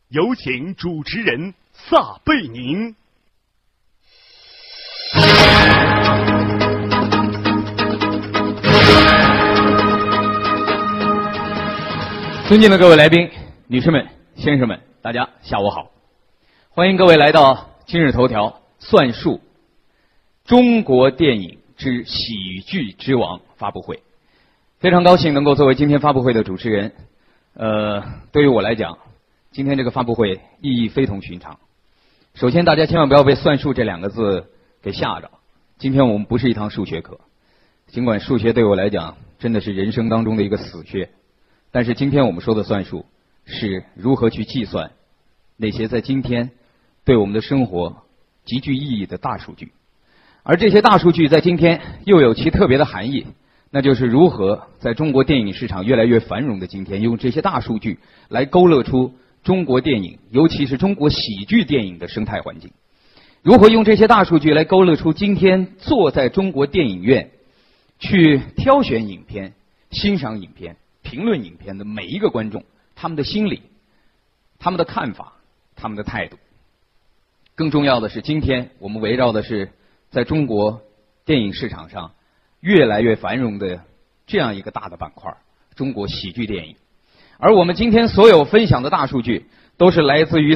有请主持人撒贝宁。 尊敬的各位来宾、女士们、先生们，大家下午好！欢迎各位来到今日头条算术中国电影之喜剧之王发布会。非常高兴能够作为今天发布会的主持人。对于我来讲，今天这个发布会意义非同寻常。首先，大家千万不要被算术这两个字给吓着。今天我们不是一堂数学课，尽管数学对我来讲真的是人生当中的一个死穴。但是今天我们说的算术是如何去计算那些在今天对我们的生活极具意义的大数据，而这些大数据在今天又有其特别的含义，那就是如何在中国电影市场越来越繁荣的今天，用这些大数据来勾勒出中国电影，尤其是中国喜剧电影的生态环境。如何用这些大数据来勾勒出今天坐在中国电影院去挑选影片、欣赏影片、评论影片的每一个观众，他们的心理、他们的看法、他们的态度。更重要的是，今天我们围绕的是在中国电影市场上越来越繁荣的这样一个大的板块——中国喜剧电影。而我们今天所有分享的大数据，都是来自于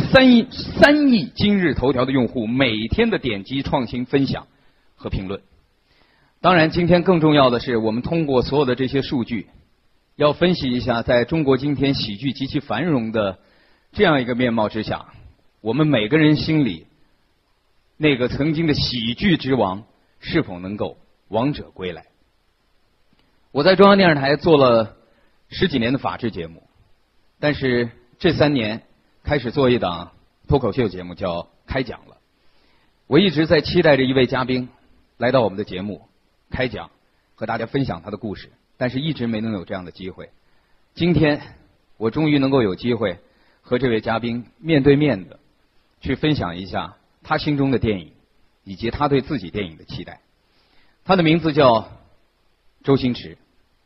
3亿今日头条的用户每天的点击、创新、分享和评论。当然，今天更重要的是，我们通过所有的这些数据，要分析一下，在中国今天喜剧极其繁荣的这样一个面貌之下，我们每个人心里那个曾经的喜剧之王是否能够王者归来。我在中央电视台做了10几年的法制节目，但是这3年开始做一档脱口秀节目，叫开讲了。我一直在期待着一位嘉宾来到我们的节目开讲，和大家分享他的故事，但是一直没能有这样的机会。今天我终于能够有机会和这位嘉宾面对面的去分享一下他心中的电影，以及他对自己电影的期待。他的名字叫周星驰。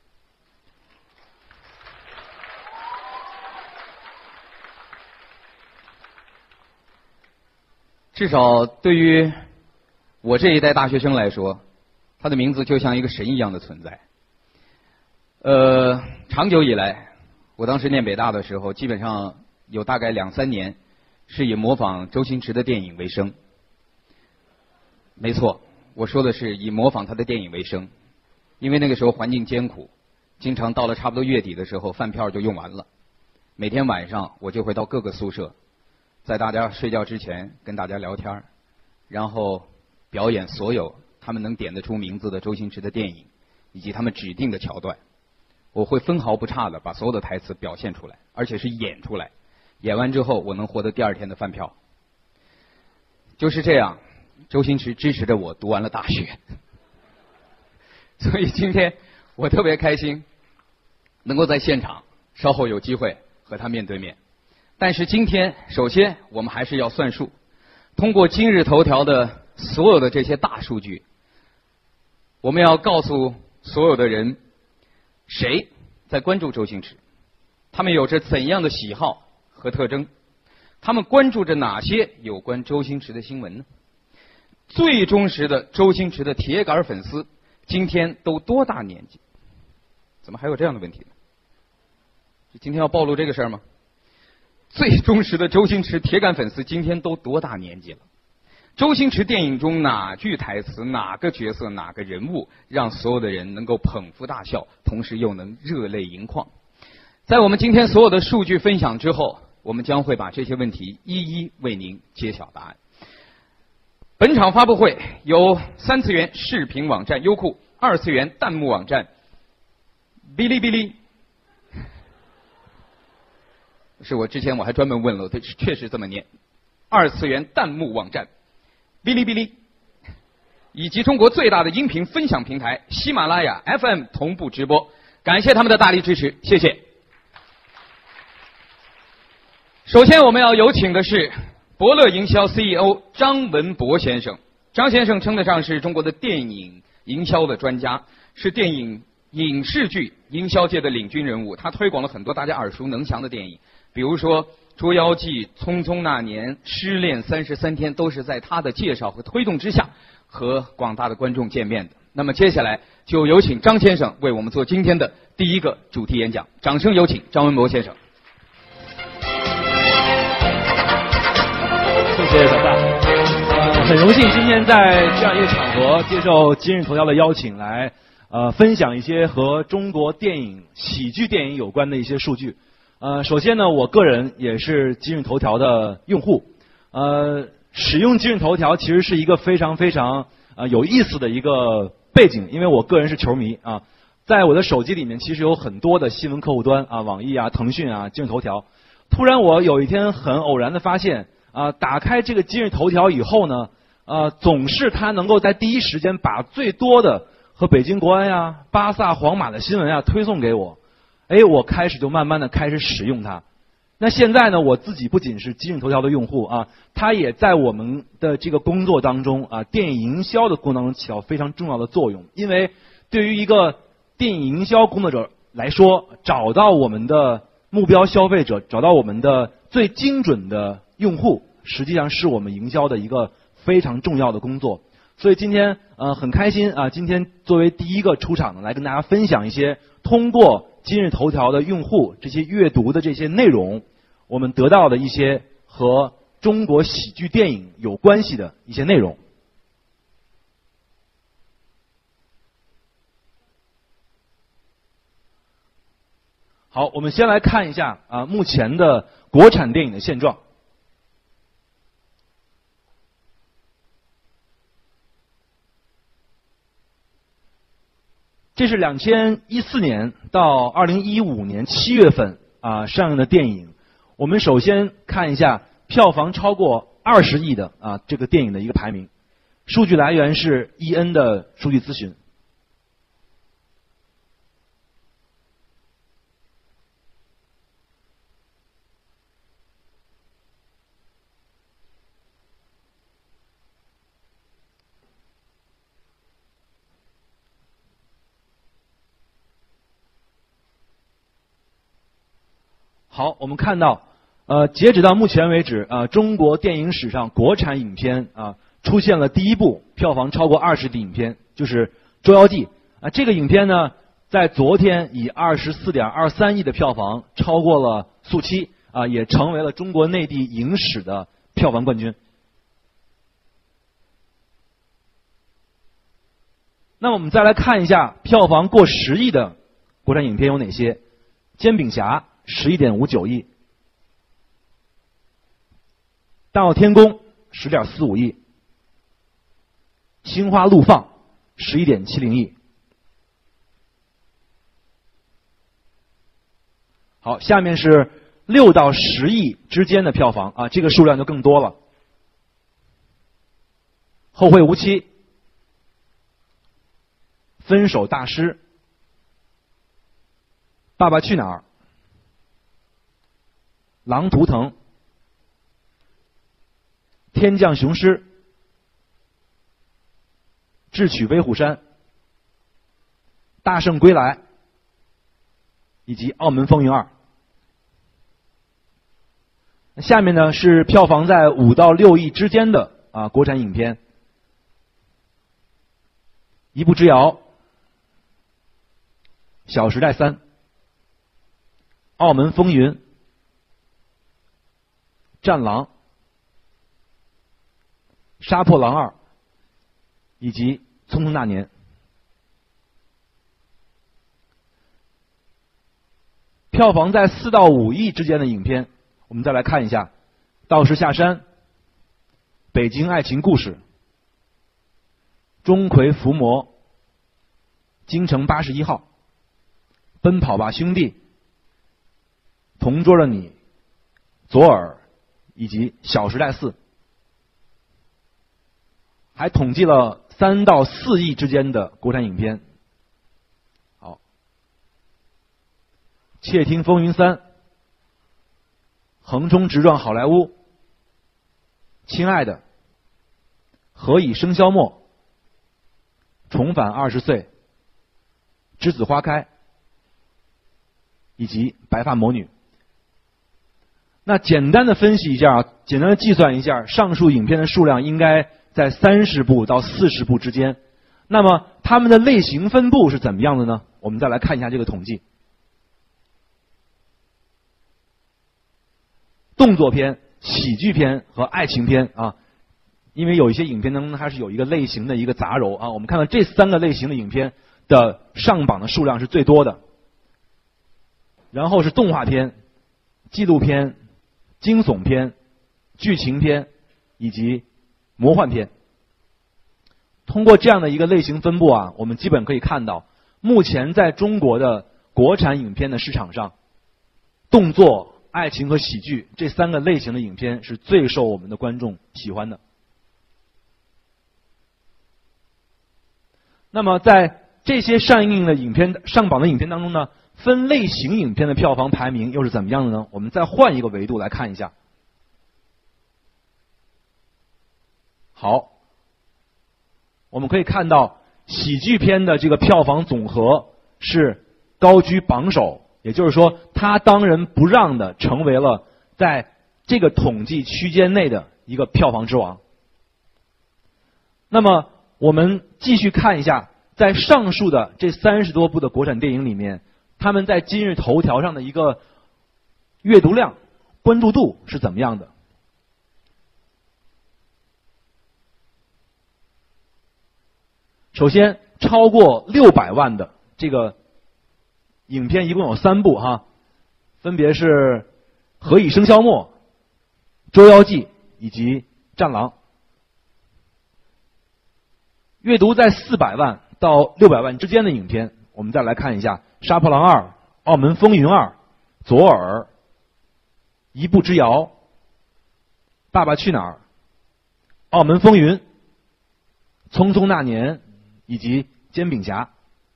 至少对于我这一代大学生来说，他的名字就像一个神一样的存在。长久以来，我当时念北大的时候，基本上有大概2、3年是以模仿周星驰的电影为生。没错，我说的是以模仿他的电影为生，因为那个时候环境艰苦，经常到了差不多月底的时候，饭票就用完了。每天晚上我就会到各个宿舍，在大家睡觉之前跟大家聊天，然后表演所有他们能点得出名字的周星驰的电影，以及他们指定的桥段。我会分毫不差的把所有的台词表现出来，而且是演出来。演完之后，我能获得第2天的饭票。就是这样，周星驰支持着我读完了大学。所以今天我特别开心，能够在现场，稍后有机会和他面对面。但是今天，首先我们还是要算数。通过今日头条的所有的这些大数据，我们要告诉所有的人，谁在关注周星驰，他们有着怎样的喜好和特征，他们关注着哪些有关周星驰的新闻呢？最忠实的周星驰的铁杆粉丝今天都多大年纪？怎么还有这样的问题呢？今天要暴露这个事儿吗？最忠实的周星驰铁杆粉丝今天都多大年纪了？周星驰电影中哪句台词、哪个角色、哪个人物让所有的人能够捧腹大笑，同时又能热泪盈眶？在我们今天所有的数据分享之后，我们将会把这些问题一一为您揭晓答案。本场发布会由3次元视频网站优酷、2次元弹幕网站哔哩哔哩，是我之前我还专门问了，它确实这么念，2次元弹幕网站哔哩哔哩，以及中国最大的音频分享平台喜马拉雅 FM 同步直播，感谢他们的大力支持，谢谢。首先我们要有请的是伯乐营销 CEO 张文博先生。张先生称得上是中国的电影营销的专家，是电影影视剧营销界的领军人物。他推广了很多大家耳熟能详的电影，比如说捉妖记》《匆匆那年》《失恋33天》都是在他的介绍和推动之下和广大的观众见面的。那么接下来就有请张先生为我们做今天的第一个主题演讲，掌声有请张文博先生。 谢谢小大。很荣幸今天在这样一个场合接受今日头条的邀请来分享一些和中国电影、喜剧电影有关的一些数据。首先呢，我个人也是今日头条的用户。使用今日头条其实是一个非常非常有意思的一个背景，因为我个人是球迷啊。在我的手机里面其实有很多的新闻客户端啊，网易啊、腾讯啊、今日头条。突然我有一天很偶然的发现打开这个今日头条以后呢，总是它能够在第一时间把最多的和北京国安呀、巴萨、皇马的新闻推送给我。我开始就慢慢的开始使用它。那现在呢，我自己不仅是今日头条的用户它也在我们的这个工作当中电影营销的过程当中起到非常重要的作用。因为对于一个电影营销工作者来说，找到我们的目标消费者，找到我们的最精准的用户，实际上是我们营销的一个非常重要的工作。所以今天很开心今天作为第一个出场的，来跟大家分享一些通过今日头条的用户这些阅读的这些内容，我们得到的一些和中国喜剧电影有关系的一些内容。好，我们先来看一下目前的国产电影的现状。这是2014年到2015年7月份上映的电影。我们首先看一下票房超过20亿的这个电影的一个排名。数据来源是 EN 的数据咨询。好，我们看到截止到目前为止中国电影史上国产影片出现了第一部票房超过20亿的影片，就是《捉妖记》这个影片呢，在昨天以24.23亿的票房超过了速七也成为了中国内地影史的票房冠军。那么我们再来看一下票房过10亿的国产影片有哪些。《煎饼侠》11.59亿，《大闹天宫》10.45亿，《心花怒放》11.70亿。好，下面是6到10亿之间的票房这个数量就更多了。《后会无期》、《分手大师》、《爸爸去哪儿》、《狼图腾》、《天降雄狮》、《智取威虎山》、《大圣归来》以及《澳门风云2》。下面呢是票房在5到6亿之间的国产影片。《一步之遥》、《小时代3》、《澳门风云》、《战狼》、《杀破狼2》以及《匆匆那年》。票房在4到5亿之间的影片，我们再来看一下《道士下山》、《北京爱情故事》、《钟馗伏魔》、《京城81号》、《奔跑吧兄弟》、《同桌的你》、《左耳》以及《小时代4》。还统计了3到4亿之间的国产影片。好，《窃听风云3》、《横冲直撞好莱坞》、《亲爱的》、《何以笙箫默》、《重返20岁》、《栀子花开》以及《白发魔女》。 那简单的分析一下啊，简单的计算一下，上述影片的数量应该在30部到40部之间。那么它们的类型分布是怎么样的呢？我们再来看一下这个统计。动作片、喜剧片和爱情片啊，因为有一些影片当中它是有一个类型的一个杂糅啊，我们看到这3个类型的影片的上榜的数量是最多的。然后是动画片、纪录片、惊悚片、剧情片以及魔幻片。通过这样的一个类型分布啊，我们基本可以看到，目前在中国的国产影片的市场上，动作、爱情和喜剧这3个类型的影片是最受我们的观众喜欢的。那么在这些上映的影片、上榜的影片当中呢，分类型影片的票房排名又是怎么样的呢？我们再换一个维度来看一下。好，我们可以看到喜剧片的这个票房总和是高居榜首，也就是说它当仁不让的成为了在这个统计区间内的一个票房之王。那么我们继续看一下，在上述的这30多部的国产电影里面，他们在今日头条上的一个阅读量、关注度是怎么样的？首先，超过600万的这个影片一共有3部哈，分别是《何以笙箫默》、《捉妖记》以及《战狼》。阅读在400万到600万之间的影片，我们再来看一下《杀破狼2》、《澳门风云2》、《左耳》、《一步之遥》、《爸爸去哪儿》、《澳门风云》、《匆匆那年》以及《煎饼侠》。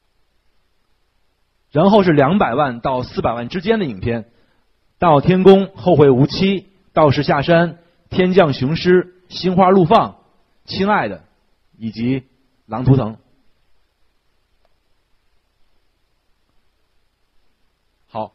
然后是200万到400万之间的影片，《大闹天宫》、《后会无期》、《道士下山》、《天降雄狮》、《心花怒放》、《亲爱的》以及《狼图腾》。好，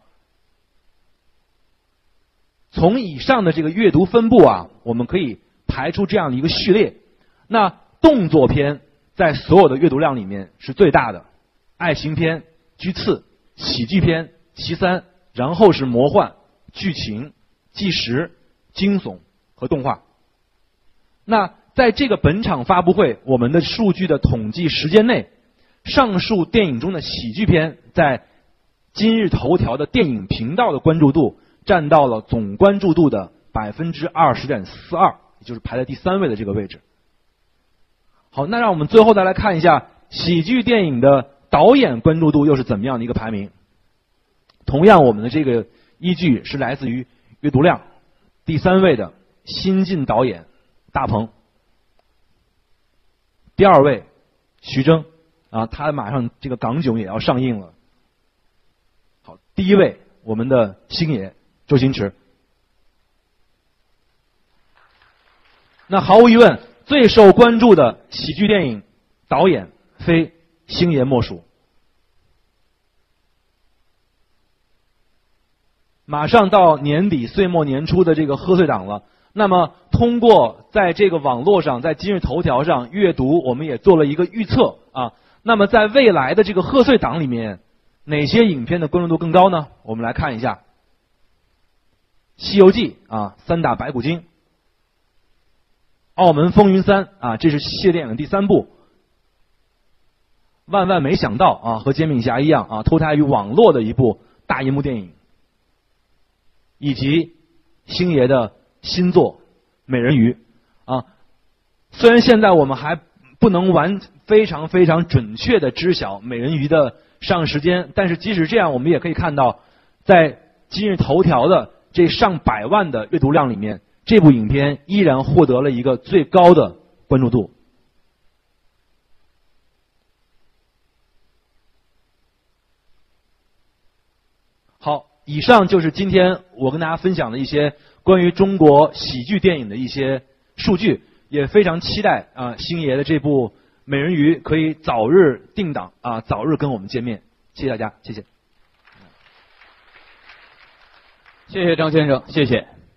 从以上的这个阅读分布啊，我们可以排出这样的一个序列。那动作片在所有的阅读量里面是最大的，爱情片居次，喜剧片其3，然后是魔幻、剧情、纪实、惊悚和动画。那在这个本场发布会我们的数据的统计时间内，上述电影中的喜剧片在今日头条的电影频道的关注度占到了总关注度的 20.42%， 也就是排在第3位的这个位置。好，那让我们最后再来看一下喜剧电影的导演关注度又是怎么样的一个排名。同样，我们的这个依据是来自于阅读量，第3位的新晋导演大鹏，第2位徐峥啊，他马上这个港囧也要上映了。好，第1位我们的星爷周星驰。那毫无疑问，最受关注的喜剧电影导演非星爷莫属。马上到年底岁末年初的这个贺岁档了，那么通过在这个网络上，在今日头条上阅读，我们也做了一个预测啊。那么在未来的这个贺岁档里面，哪些影片的关注度更高呢？我们来看一下，《西游记》啊，3打白骨精，《澳门风云3》啊，这是系列电影的第3部，万万没想到啊，和煎饼侠一样啊，脱胎于网络的一部大银幕电影，以及星爷的新作《美人鱼》啊。虽然现在我们还不能非常准确的知晓《美人鱼》的上映时间，但是即使这样，我们也可以看到，在今日头条的这上百万的阅读量里面，这部影片依然获得了一个最高的关注度。好，以上就是今天我跟大家分享的一些关于中国喜剧电影的一些数据，也非常期待星爷的这部《美人鱼》可以早日定档啊，早日跟我们见面。谢谢大家，谢谢。 谢谢张先生，谢谢。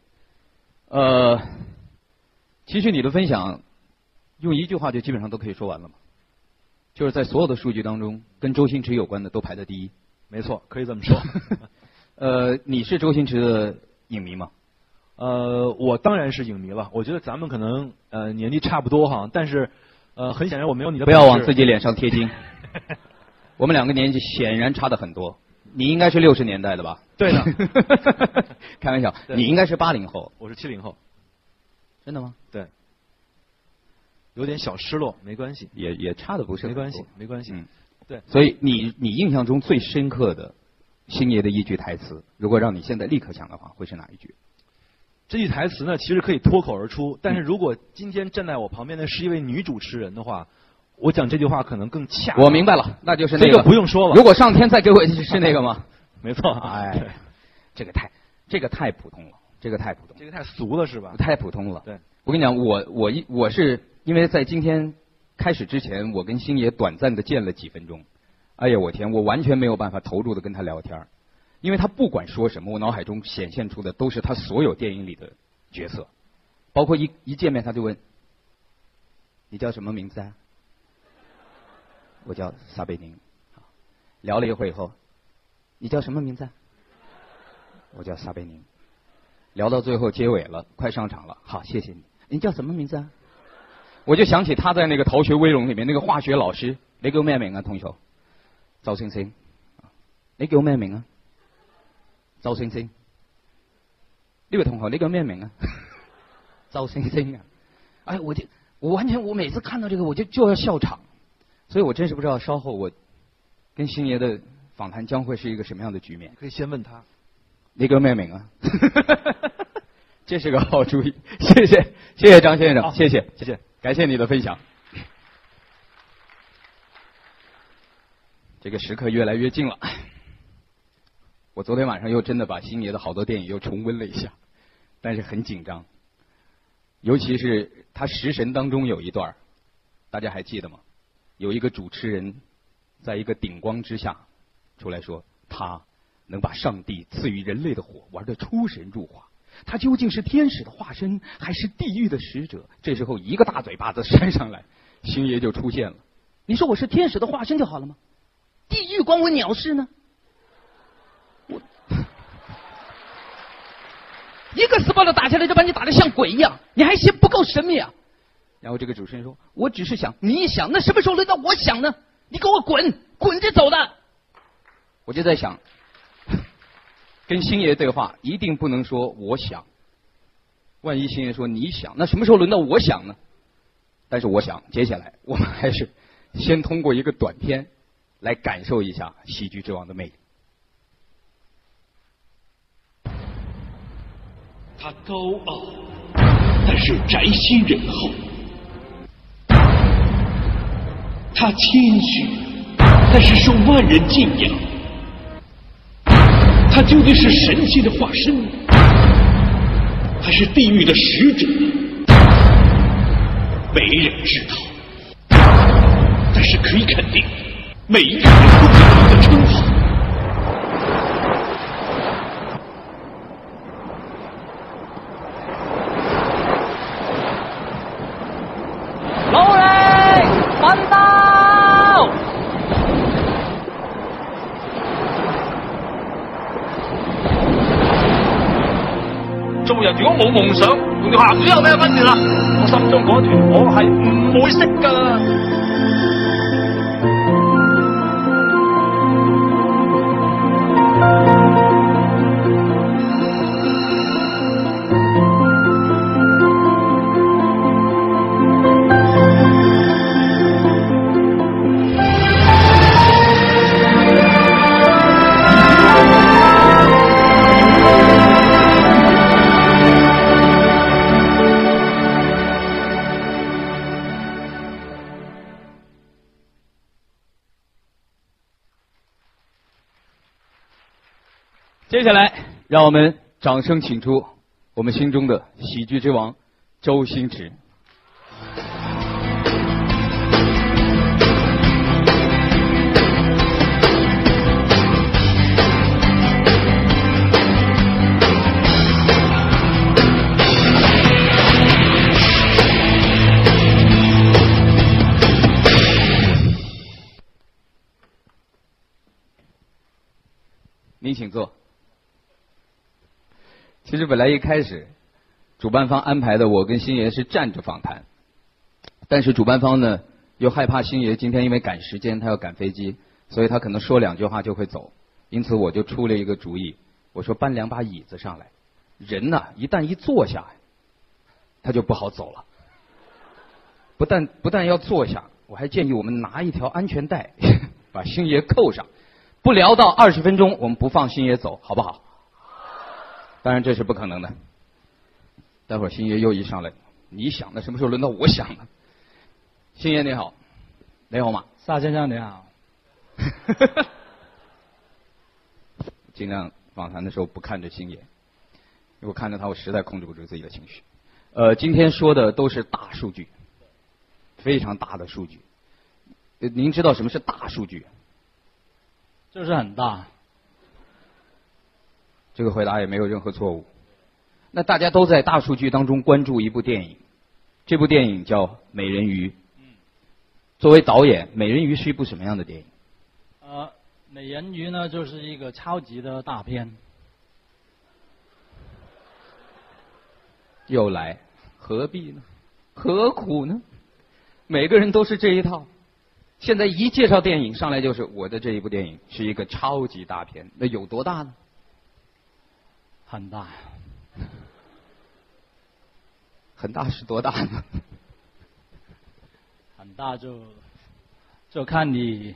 其实你的分享用一句话就基本上都可以说完了嘛，就是在所有的数据当中，跟周星驰有关的都排在第一。 没错，可以这么说。 你是周星驰的影迷吗？ 我当然是影迷了。我觉得咱们可能年纪差不多哈，但是很显然我没有你的不要往自己脸上贴金。我们两个年纪显然差得很多。你应该是60年代的吧？ 对的。 开玩笑，你应该是80后。 我是70后。 真的吗？ 对。有点小失落，没关系。 也差的不是很多。 没关系，没关系。对。 所以你印象中最深刻的星爷的一句台词，如果让你现在立刻想的话，会是哪一句？ 这句台词呢，其实可以脱口而出，但是如果今天站在我旁边的是一位女主持人的话，我讲这句话可能更恰当。 我明白了，那就是那个。 这个不用说了。 如果上天再给我是那个吗？ 没错。 哎，这个太普通了，这个太普通， 这个太俗了是吧？ 太普通了。 对。 我跟你讲，我是因为在今天开始之前，我跟星爷短暂的见了几分钟。哎呀，我天，我完全没有办法投入的跟他聊天，因为他不管说什么，我脑海中显现出的都是他所有电影里的角色，包括一见面他就问，你叫什么名字啊？我叫撒贝宁。聊了一会以后，你叫什么名字啊？我叫撒贝宁。聊到最后结尾了，快上场了，好，谢谢你。你叫什么名字啊？我就想起他在那个《逃学威龙》里面那个化学老师，你叫咩名啊，同學？周星星。你叫咩名啊？周星星。呢位同學，你叫咩名啊？周星星啊！哎，我每次看到这个我就要笑场，所以我真是不知道稍后我跟星爷的访谈将会是一个什么样的局面。 可以先问他， 你叫咩名啊？这是个好主意，谢谢张先生，谢谢，感谢你的分享。这个时刻越来越近了，我昨天晚上又真的把星爷的好多电影又重温了一下，但是很紧张，尤其是他食神当中有一段，大家还记得吗？有一个主持人在一个顶光之下出来说，他能把上帝赐予人类的火玩得出神入化，他究竟是天使的化身还是地狱的使者？这时候一个大嘴巴子扇上来，星爷就出现了。你说我是天使的化身就好了吗？地狱关我鸟事呢？我一个死包了打下来就把你打得像鬼一样，你还嫌不够神秘啊？然后这个主持人说，我只是想，你想，那什么时候轮到我想呢？你给我滚，滚着走的。我就在想，跟星爷对话一定不能说我想，万一星爷说你想，那什么时候轮到我想呢？但是我想接下来我们还是先通过一个短片来感受一下喜剧之王的魅力。 他高傲，但是宅心仁厚；他谦虚，但是受万人敬仰。他究竟是神仙的化身，还是地狱的使者？没人知道。但是可以肯定，每一个人都有一个称号。 老雷，翻到！ 做人如果冇夢想，同條鹹魚有咩分別啊？我心中嗰團火係唔會熄㗎。 接下来，让我们掌声请出我们心中的喜剧之王周星驰。 您请坐。其实本来一开始，主办方安排的我跟星爷是站着访谈，但是主办方呢又害怕星爷今天因为赶时间，他要赶飞机，所以他可能说2句话就会走，因此我就出了一个主意，我说搬2把椅子上来，人呢一旦一坐下，他就不好走了。不但要坐下，我还建议我们拿一条安全带把星爷扣上，不聊到20分钟，我们不放星爷走，好不好？当然这是不可能的。待会儿星爷又一上来，你想的什么时候轮到我想的？星爷你好，你好嘛？ 沙先生你好。 尽量访谈的时候不看着星爷，如果看着他，我实在控制不住自己的情绪。今天说的都是大数据，非常大的数据。您知道什么是大数据？ 就是很大。 这个回答也没有任何错误。那大家都在大数据当中关注一部电影，这部电影叫《美人鱼》。作为导演，《美人鱼》是一部什么样的电影？ 美人鱼呢，就是一个超级的大片。 又来，何必呢？何苦呢？每个人都是这一套。现在一介绍电影上来就是我的这一部电影是一个超级大片，那有多大呢？ 很大。 很大是多大呢？ 很大就看你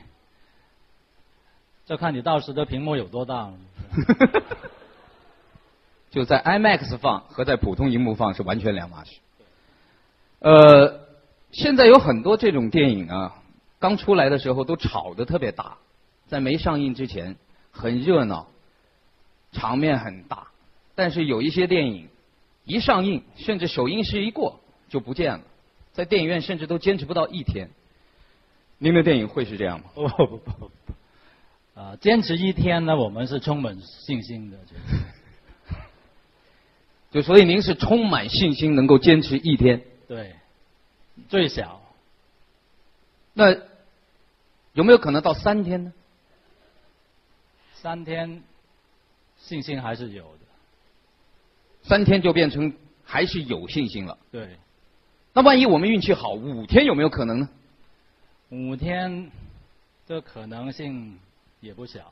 到时的屏幕有多大了。 就在 IMAX 放和在普通荧幕放是完全两码事。现在有很多这种电影啊，刚出来的时候都炒得特别大，在没上映之前很热闹，场面很大，但是有一些电影一上映，甚至首映式一过就不见了，在电影院甚至都坚持不到1天。您的电影会是这样吗？ 不，坚持1天呢，我们是充满信心的。 就所以您是充满信心能够坚持1天？ 对，最小。 那有没有可能到3天呢 ？3天，信心还是有的。 3天就变成还是有信心了。 对。 那万一我们运气好，5天有没有可能呢 ？5天，这可能性也不小。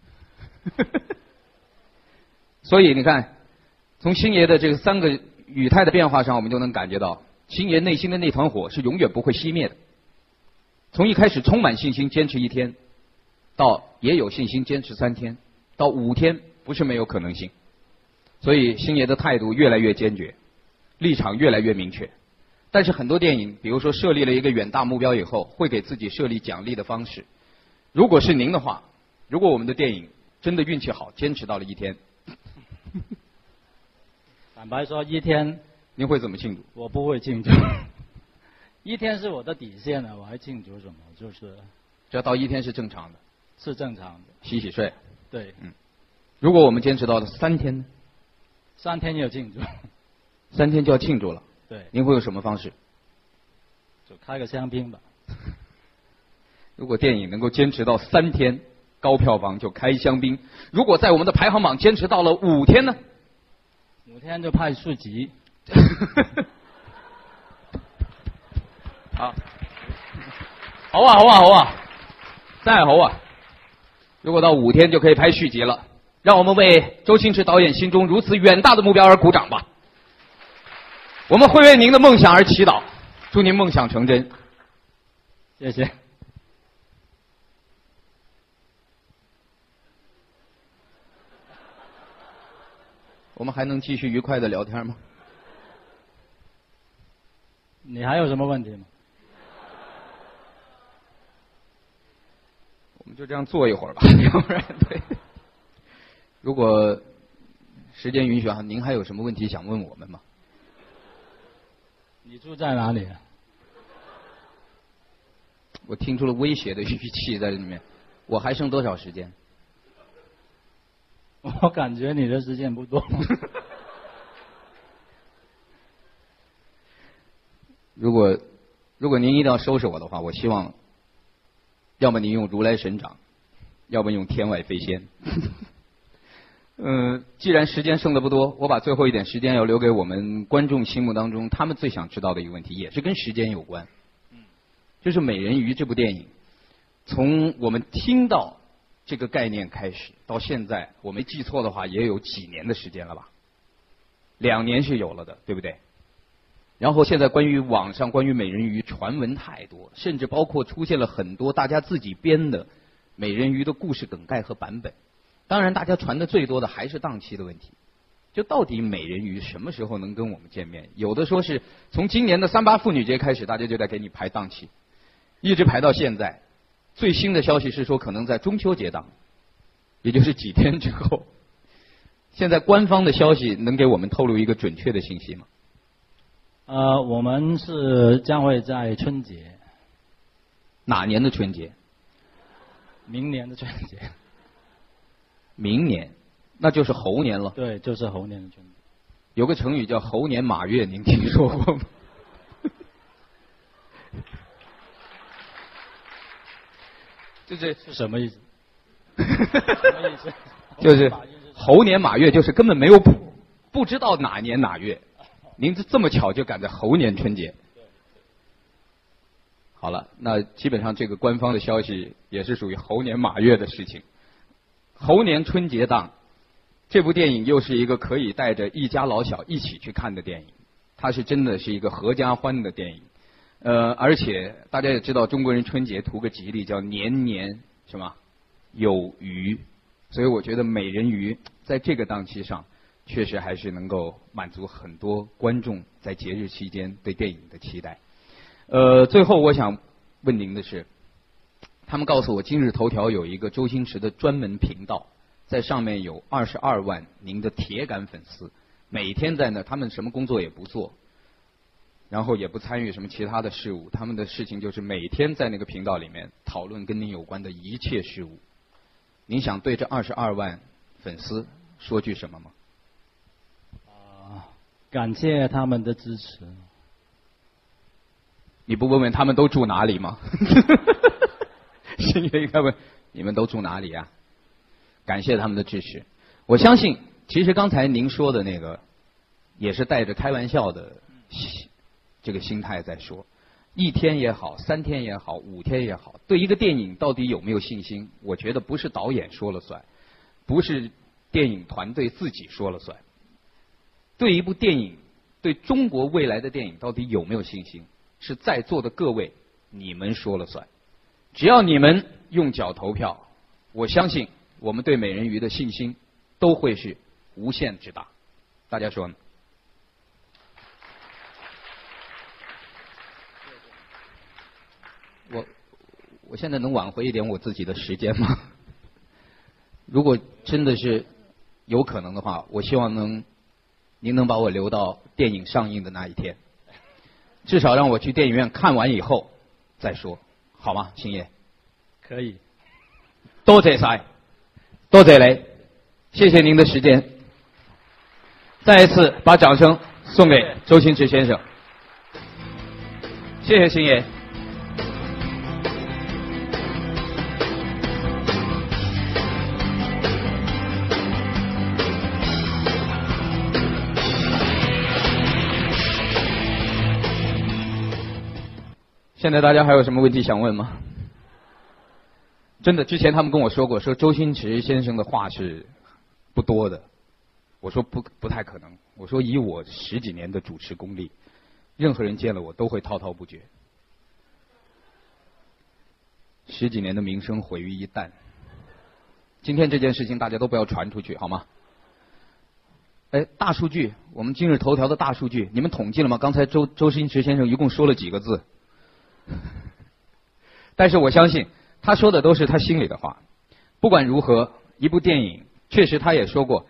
所以你看，从星爷的这个3个语态的变化上，我们就能感觉到，星爷内心的那团火是永远不会熄灭的。从一开始充满信心坚持1天，到也有信心坚持3天，到5天不是没有可能性。所以星爷的态度越来越坚决，立场越来越明确。但是很多电影，比如说设立了一个远大目标以后，会给自己设立奖励的方式。如果是您的话，如果我们的电影真的运气好，坚持到了1天， 坦白说1天， 您会怎么庆祝？ 我不会庆祝。1天是我的底线了，我还庆祝什么？就是只要到1天是正常的， 是正常的， 洗洗睡。 对， 如果我们坚持到了3天呢 ？3天也有庆祝。 3天就要庆祝了。 对。 您会有什么方式？ 就开个香槟吧。 如果电影能够坚持到3天，高票房就开香槟。如果在我们的排行榜坚持到了5天呢 ？5天就派市集。 好啊，再好啊！如果到5天就可以拍续集了，让我们为周星驰导演心中如此远大的目标而鼓掌吧。我们会为您的梦想而祈祷，祝您梦想成真。 谢谢。 我们还能继续愉快的聊天吗？ 你还有什么问题吗？ 我们就这样坐一会儿吧，要不然对。如果时间允许啊，您还有什么问题想问我们吗？ 你住在哪里？ 我听出了威胁的语气在里面。我还剩多少时间？ 我感觉你的时间不多。 如果您一定要收拾我的话，我希望，要么您用如来神掌，要么用天外飞仙。 既然时间剩的不多，我把最后一点时间要留给我们观众心目当中他们最想知道的一个问题，也是跟时间有关。就是《美人鱼》这部电影，从我们听到这个概念开始到现在，我没记错的话，也有几年的时间了吧？2年是有了的，对不对？然后现在关于网上关于美人鱼传闻太多，甚至包括出现了很多大家自己编的美人鱼的故事梗概和版本。当然，大家传的最多的还是档期的问题。就到底美人鱼什么时候能跟我们见面？有的说是从今年的3·8妇女节开始，大家就在给你排档期，一直排到现在。最新的消息是说，可能在中秋节档，也就是几天之后。现在官方的消息能给我们透露一个准确的信息吗？ 我们是将会在春节。 哪年的春节？ 明年的春节。 明年，那就是猴年了。 对，就是猴年的春节。 有个成语叫猴年马月，您听说过吗？ 是什么意思？什么意思？ 就是猴年马月，就是根本没有谱，不知道哪年哪月。您这么巧就赶在猴年春节。好了，那基本上这个官方的消息也是属于猴年马月的事情。猴年春节档，这部电影又是一个可以带着一家老小一起去看的电影，它是真的是一个合家欢的电影。而且大家也知道，中国人春节图个吉利，叫年年什么有余，所以我觉得美人鱼在这个档期上，确实还是能够满足很多观众在节日期间对电影的期待。最后我想问您的是，他们告诉我今日头条有一个周星驰的专门频道，在上面有22万您的铁杆粉丝，每天在那，他们什么工作也不做，然后也不参与什么其他的事务，他们的事情就是每天在那个频道里面讨论跟您有关的一切事务。您想对这22万粉丝说句什么吗？ 感谢他们的支持。 你不问问他们都住哪里吗？星爷应该问你们都住哪里啊？感谢他们的支持。我相信，其实刚才您说的那个，也是带着开玩笑的这个心态在说。1天也好，3天也好，5天也好，对一个电影到底有没有信心？我觉得不是导演说了算，不是电影团队自己说了算。对一部电影，对中国未来的电影到底有没有信心？是在座的各位，你们说了算。只要你们用脚投票，我相信我们对美人鱼的信心都会是无限之大。大家说呢？我现在能挽回一点我自己的时间吗？如果真的是有可能的话，我希望您能把我留到电影上映的那一天。至少让我去电影院看完以后再说，好吗，星爷？ 可以。 多谢晒，多谢你，谢谢您的时间。再一次把掌声送给周星驰先生，谢谢星爷。现在大家还有什么问题想问吗？真的，之前他们跟我说过，说周星驰先生的话是不多的。我说不太可能。我说以我10几年的主持功力，任何人见了我都会滔滔不绝。10几年的名声毁于一旦。今天这件事情大家都不要传出去，好吗？大数据，我们今日头条的大数据，你们统计了吗？刚才周星驰先生一共说了几个字？但是我相信他说的都是他心里的话。不管如何，一部电影确实他也说过，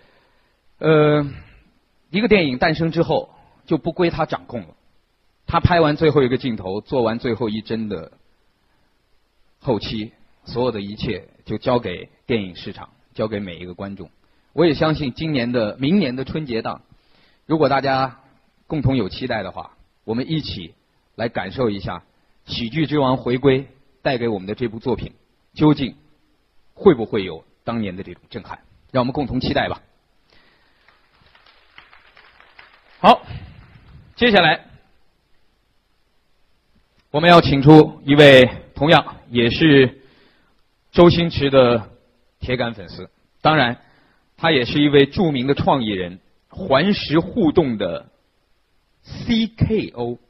一个电影诞生之后就不归他掌控了。他拍完最后一个镜头，做完最后一帧的后期，所有的一切就交给电影市场，交给每一个观众。我也相信明年的春节档，如果大家共同有期待的话，我们一起来感受一下喜剧之王回归带给我们的这部作品究竟会不会有当年的这种震撼。让我们共同期待吧。 好，接下来我们要请出一位同样也是周星驰的铁杆粉丝，当然他也是一位著名的创意人，环石互动的 CKO。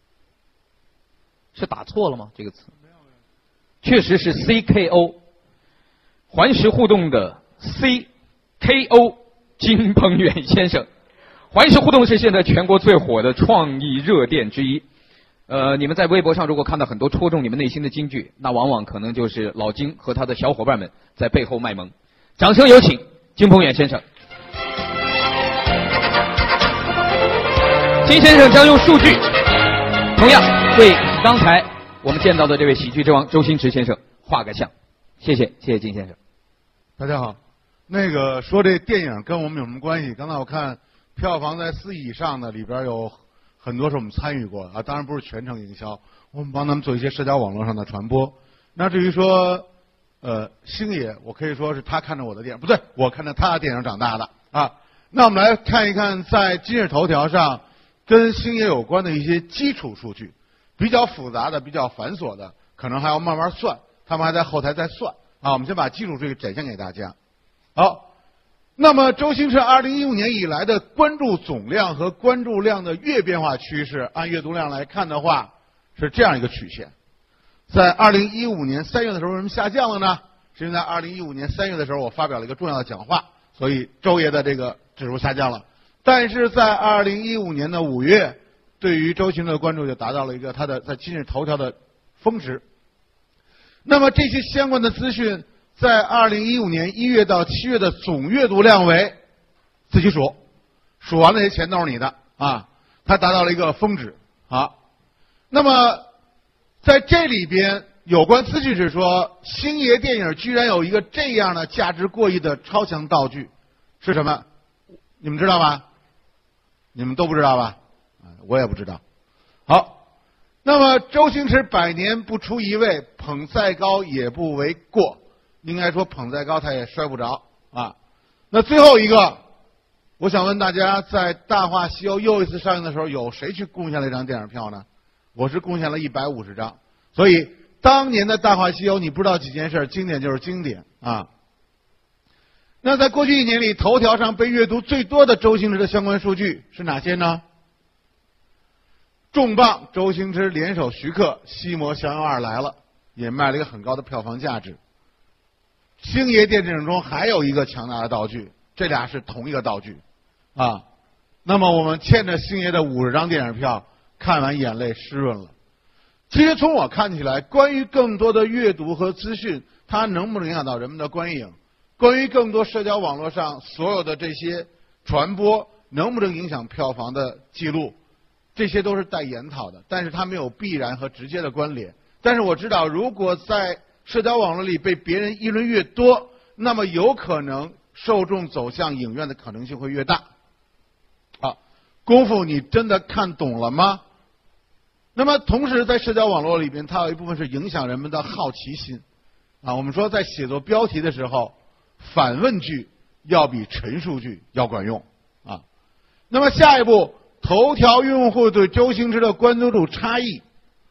是打错了吗？这个词确实是 CKO， 环石互动的 CKO 金鹏远先生。环石互动是现在全国最火的创意热店之一。你们在微博上如果看到很多戳中你们内心的金句，那往往可能就是老金和他的小伙伴们在背后卖萌。掌声有请金鹏远先生。金先生将用数据同样为刚才我们见到的这位喜剧之王周星驰先生画个像。谢谢金先生。 大家好，说这电影跟我们有什么关系？刚才我看票房在4亿以上的里边有很多是我们参与过啊，当然不是全程营销，我们帮他们做一些社交网络上的传播。那至于说星爷，我可以说是他看着我的电影，不对，我看着他的电影长大的啊。那我们来看一看在今日头条上跟星爷有关的一些基础数据，比较复杂的、比较繁琐的，可能还要慢慢算，他们还在后台在算啊。我们先把基础数据展现给大家。好。那么，周星驰2015年以来的关注总量和关注量的月变化趋势，按阅读量来看的话，是这样一个曲线。在2015年3月的时候，为什么下降了呢？是因为在2015年3月的时候，我发表了一个重要的讲话，所以周爷的这个指数下降了。但是在2015年的5月，对于周星驰的关注就达到了一个他的在今日头条的峰值。那么这些相关的资讯，在2015年1月到7月的总阅读量为，自己数，数完了这些钱都是你的啊，它达到了一个峰值。好，那么在这里边有关资讯是说，星爷电影居然有一个这样的价值过亿的超强道具，是什么？你们知道吗？你们都不知道吧？我也不知道。好，那么周星驰百年不出一位，捧再高也不为过。应该说捧再高他也摔不着啊。那最后一个，我想问大家，在《大话西游》又一次上映的时候，有谁去贡献了一张电影票呢？我是贡献了150张。所以当年的《大话西游》，你不知道几件事，经典就是经典啊。那在过去1年里，头条上被阅读最多的周星驰的相关数据是哪些呢？重磅，周星驰联手徐克，《西魔降妖2》来了，也卖了一个很高的票房价值。星爷电影中还有一个强大的道具，这俩是同一个道具啊。那么我们欠着星爷的50张电影票，看完眼泪湿润了。其实从我看起来，关于更多的阅读和资讯，它能不能影响到人们的观影？关于更多社交网络上所有的这些传播，能不能影响票房的记录？这些都是待研讨的，但是它没有必然和直接的关联。但是我知道，如果在社交网络里被别人议论越多，那么有可能受众走向影院的可能性会越大。好，功夫你真的看懂了吗？那么同时在社交网络里边，它有一部分是影响人们的好奇心啊。我们说在写作标题的时候，反问句要比陈述句要管用啊。那么下一步，头条用户对周星驰的关注度差异，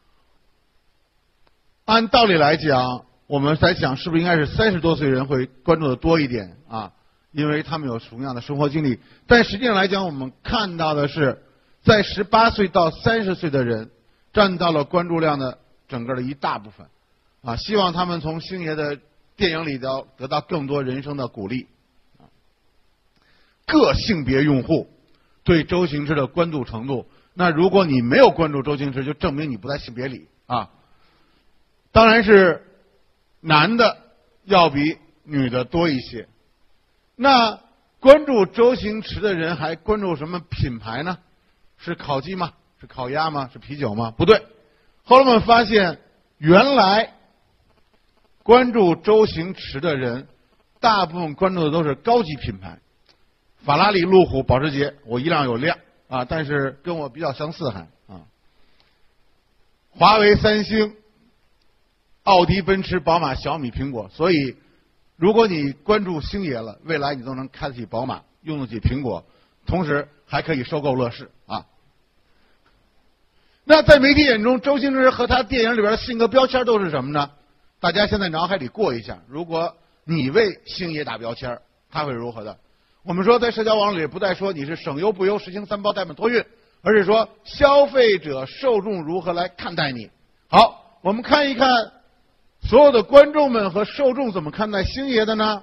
按道理来讲，我们在想是不是应该是30多岁人会关注的多一点啊，因为他们有同样的生活经历。但实际上来讲，我们看到的是，在18岁到30岁的人占到了关注量的整个的一大部分啊。希望他们从星爷的电影里得到更多人生的鼓励。各性别用户对周星驰的关注程度，那如果你没有关注周星驰，就证明你不在性别里啊。当然是男的要比女的多一些。那关注周星驰的人还关注什么品牌呢？是烤鸡吗？是烤鸭吗？是啤酒吗？不对。后来我们发现，原来关注周星驰的人，大部分关注的都是高级品牌，法拉利、路虎、保时捷，我一辆有辆啊，但是跟我比较相似还啊。华为、三星、奥迪、奔驰、宝马、小米、苹果。所以如果你关注星爷了，未来你都能开得起宝马，用得起苹果。同时还可以收购乐视啊。那在媒体眼中，周星驰和他电影里边的性格标签都是什么呢？大家现在脑海里过一下，如果你为星爷打标签，他会如何的？我们说在社交网里不再说你是省油不忧实行3包带本托运，而是说消费者受众如何来看待你。好，我们看一看所有的观众们和受众怎么看待星爷的呢？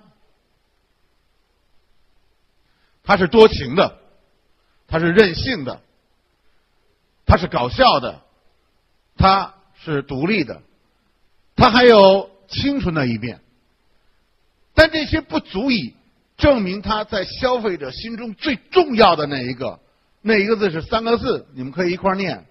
他是多情的，他是任性的，他是搞笑的，他是独立的，他还有清纯的一面。但这些不足以证明他在消费者心中最重要的那一个字是3个字，你们可以一块儿念。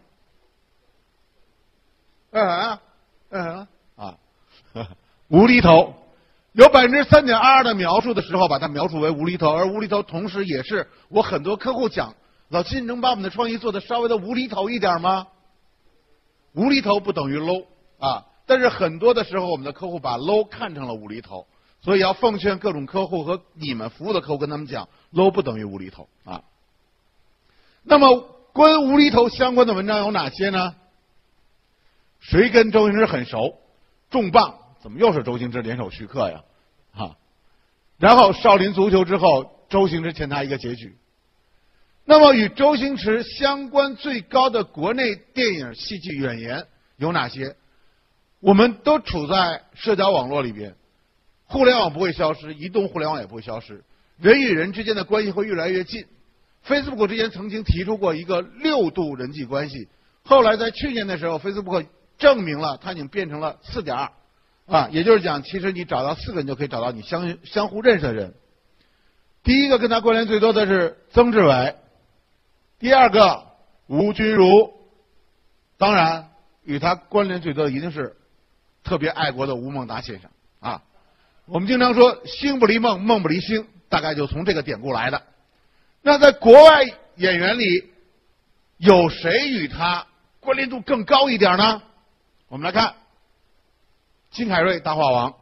无厘头。有3.22%的描述的时候把它描述为无厘头，而无厘头同时也是我很多客户讲，老金能把我们的创意做得稍微的无厘头一点吗？无厘头不等于 low 啊，但是很多的时候我们的客户把 low 看成了无厘头，所以要奉劝各种客户和你们服务的客户跟他们讲 low 不等于无厘头啊。那么关无厘头相关的文章有哪些呢？谁跟周星驰很熟？重磅怎么又是周星驰联手徐克呀？然后少林足球之后，周星驰欠他一个结局。那么与周星驰相关最高的国内电影戏剧演员有哪些？我们都处在社交网络里边，互联网不会消失，移动互联网也不会消失，人与人之间的关系会越来越近。Facebook 之前曾经提出过一个6度人际关系，后来在去年的时候 Facebook 证明了它已经变成了4.2啊，也就是讲，其实你找到4个人就可以找到你相互认识的人。第一个跟他关联最多的是曾志伟，第二个吴君如，当然与他关联最多的一定是特别爱国的吴孟达先生啊。我们经常说星不离梦，梦不离星，大概就从这个典故来的。那在国外演员里，有谁与他关联度更高一点呢？我们来看金凯瑞大话王，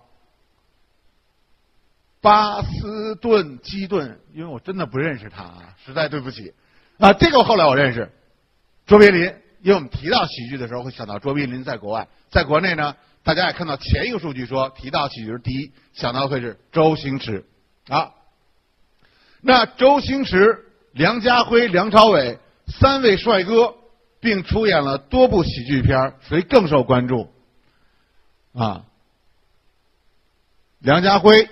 巴斯顿基顿，因为我真的不认识他啊，实在对不起啊。这个后来我认识卓别林，因为我们提到喜剧的时候会想到卓别林在国外，在国内呢，大家也看到前一个数据说提到喜剧第一想到会是周星驰啊。那周星驰、梁家辉、梁朝伟3位帅哥，并出演了多部喜剧片，谁更受关注啊？梁家辉、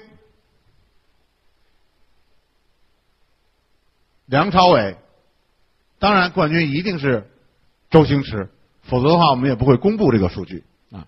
梁朝伟，当然冠军一定是周星驰，否则的话我们也不会公布这个数据啊。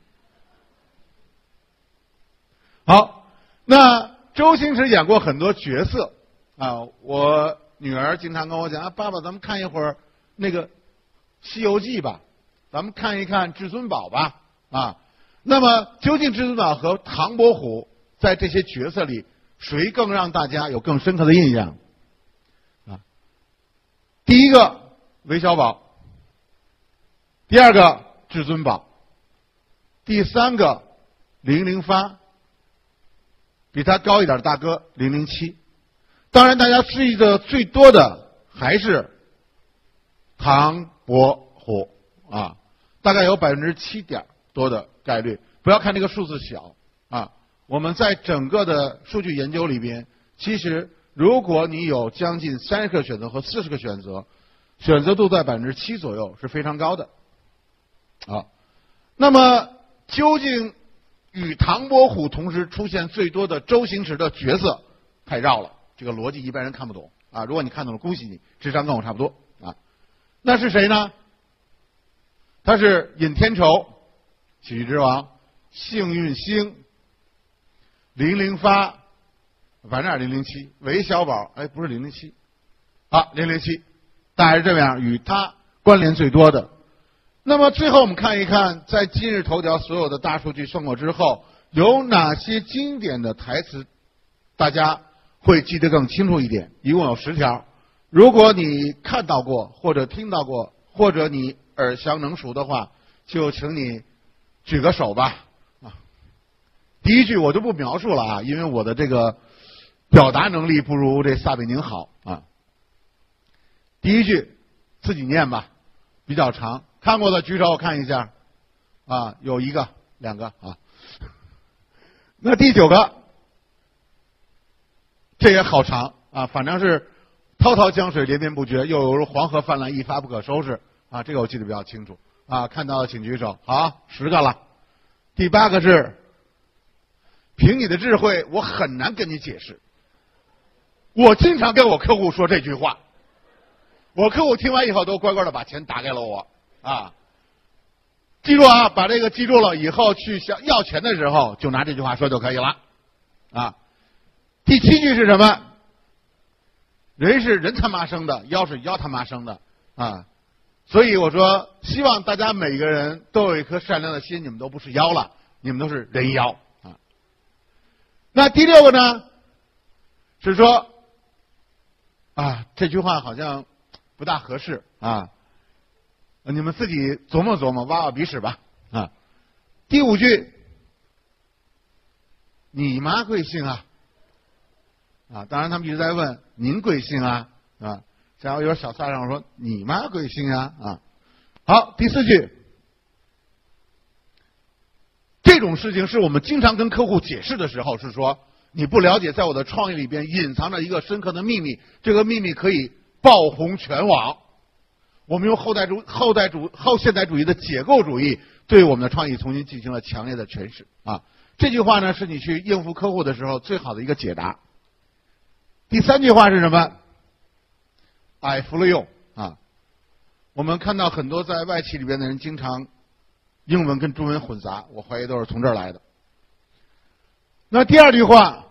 好，那周星驰演过很多角色啊，我女儿经常跟我讲啊，爸爸咱们看一会儿那个《西游记》吧，咱们看一看至尊宝吧啊。那么究竟至尊宝和唐伯虎在这些角色里，谁更让大家有更深刻的印象啊？第一个韦小宝，第二个至尊宝，第三个008，比他高一点的大哥007。当然大家记得最多的还是唐伯虎啊，大概有7%多的概率。不要看这个数字小啊，我们在整个的数据研究里边，其实如果你有将近30个选择和40个选择，选择度在7%左右是非常高的啊。那么究竟与唐伯虎同时出现最多的周星驰的角色，太绕了，这个逻辑一般人看不懂啊。如果你看懂了，恭喜你，智商跟我差不多啊。那是谁呢？他是尹天仇，喜剧之王，幸运星，008，反正007，韦小宝，哎，不是007，啊，007，大概是这样，与他关联最多的。那么最后我们看一看，在今日头条所有的大数据算过之后，有哪些经典的台词，大家会记得更清楚一点？一共有10条。如果你看到过，或者听到过，或者你耳详能熟的话，就请你举个手吧。啊，第一句我就不描述了啊，因为我的这个表达能力不如这撒贝宁好啊。 第一句自己念吧，比较长，看过的举手我看一下，啊，有1个、2个啊。那第9个，这也好长啊，反正是滔滔江水连绵不绝，又有黄河泛滥一发不可收拾啊，这个我记得比较清楚啊，看到的请举手。好，10个了。第8个是，凭你的智慧，我很难跟你解释。我经常跟我客户说这句话，我客户听完以后都乖乖的把钱打给了我啊。记住啊，把这个记住了，以后去要钱的时候就拿这句话说就可以了啊。第7句是什么？人是人他妈生的，妖是妖他妈生的啊。所以我说，希望大家每个人都有一颗善良的心，你们都不是妖了，你们都是人妖啊。那第6个呢，是说啊，这句话好像不大合适啊，你们自己琢磨琢磨，挖挖鼻屎吧啊。第5句，你妈贵姓啊？啊，当然他们一直在问您贵姓啊啊。然后有点小撒上说你妈贵姓啊啊。好，第4句，这种事情是我们经常跟客户解释的时候，是说你不了解，在我的创意里边隐藏着一个深刻的秘密，这个秘密可以爆红全网。我们用后现代主义的解构主义对我们的创意重新进行了强烈的诠释啊。这句话呢，是你去应付客户的时候最好的一个解答。第3句话是什么？I flew you 啊，我们看到很多在外企里边的人经常英文跟中文混杂，我怀疑都是从这儿来的。那第2句话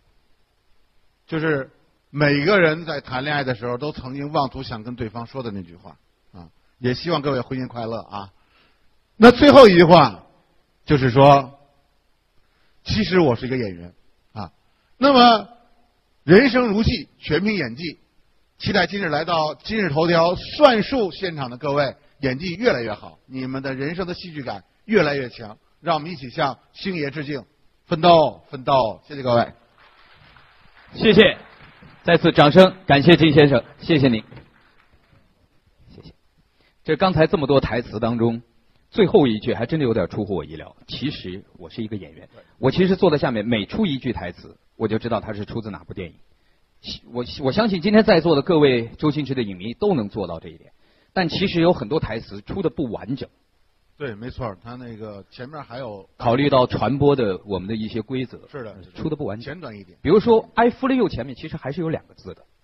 就是每个人在谈恋爱的时候都曾经妄图想跟对方说的那句话啊，也希望各位婚姻快乐啊。那最后一句话就是说，其实我是一个演员啊。那么人生如戏，全凭演技。期待今日来到今日头条算术现场的各位，演技越来越好，你们的人生的戏剧感越来越强，让我们一起向星爷致敬，奋斗奋斗！谢谢各位， 谢谢，再次掌声，感谢金先生，谢谢您，谢谢。这刚才这么多台词当中，最后一句还真的有点出乎我意料。其实我是一个演员，我其实坐在下面，每出一句台词，我就知道它是出自哪部电影。我相信今天在座的各位周星驰的影迷都能做到这一点，但其实有很多台词出的不完整。 对，没错，他那个前面还有考虑到传播的我们的一些规则， 是的， 出的不完整， 简短一点。 比如说 I flew you 前面其实还是有2个字的，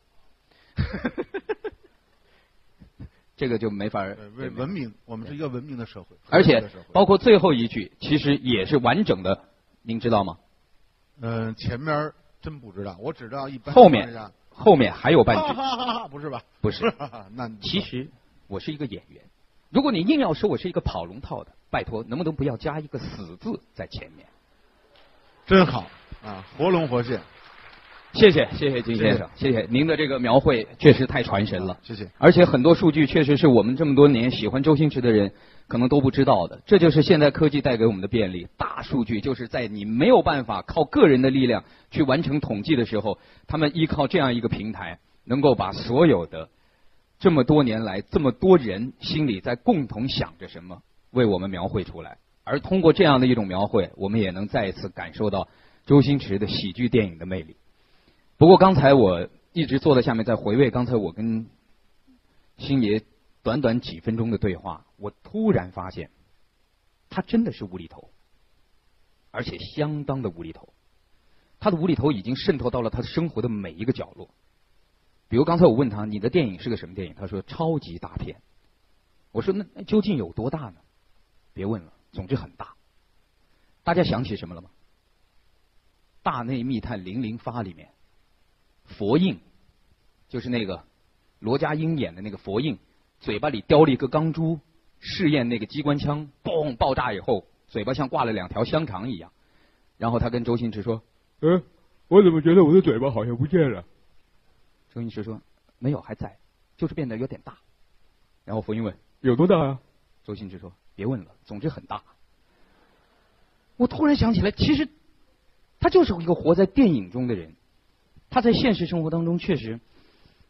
这个就没法文明，我们是一个文明的社会， 而且包括最后一句其实也是完整的，您知道吗？ 前面真不知道，我只知道一般。 后面还有半句， 不是吧？ 不是， 那其实我是一个演员。如果你硬要说我是一个跑龙套的，拜托，能不能不要加一个死字在前面？ 真好啊，活龙活现。 谢谢金先生，谢谢您的这个描绘，确实太传神了。 谢谢。 而且很多数据确实是我们这么多年喜欢周星驰的人可能都不知道的，这就是现在科技带给我们的便利。大数据就是在你没有办法靠个人的力量去完成统计的时候，他们依靠这样一个平台，能够把所有的这么多年来这么多人心里在共同想着什么，为我们描绘出来。而通过这样的一种描绘，我们也能再一次感受到周星驰的喜剧电影的魅力。不过刚才我一直坐在下面在回味刚才我跟星爷短短几分钟的对话，我突然发现他真的是无厘头，而且相当的无厘头。他的无厘头已经渗透到了他生活的每一个角落。比如刚才我问他，你的电影是个什么电影？他说超级大片。我说那究竟有多大呢？别问了，总之很大。大家想起什么了吗？大内密探008里面佛印，就是那个罗家英演的那个佛印，嘴巴里叼了一个钢珠，试验那个机关枪，嘣爆炸以后，嘴巴像挂了2条香肠一样。然后他跟周星驰说：“我怎么觉得我的嘴巴好像不见了？”周星驰说：“没有，还在，就是变得有点大。”然后佛印问：“有多大啊？”周星驰说：“别问了，总之很大。”我突然想起来，其实他就是一个活在电影中的人。他在现实生活当中确实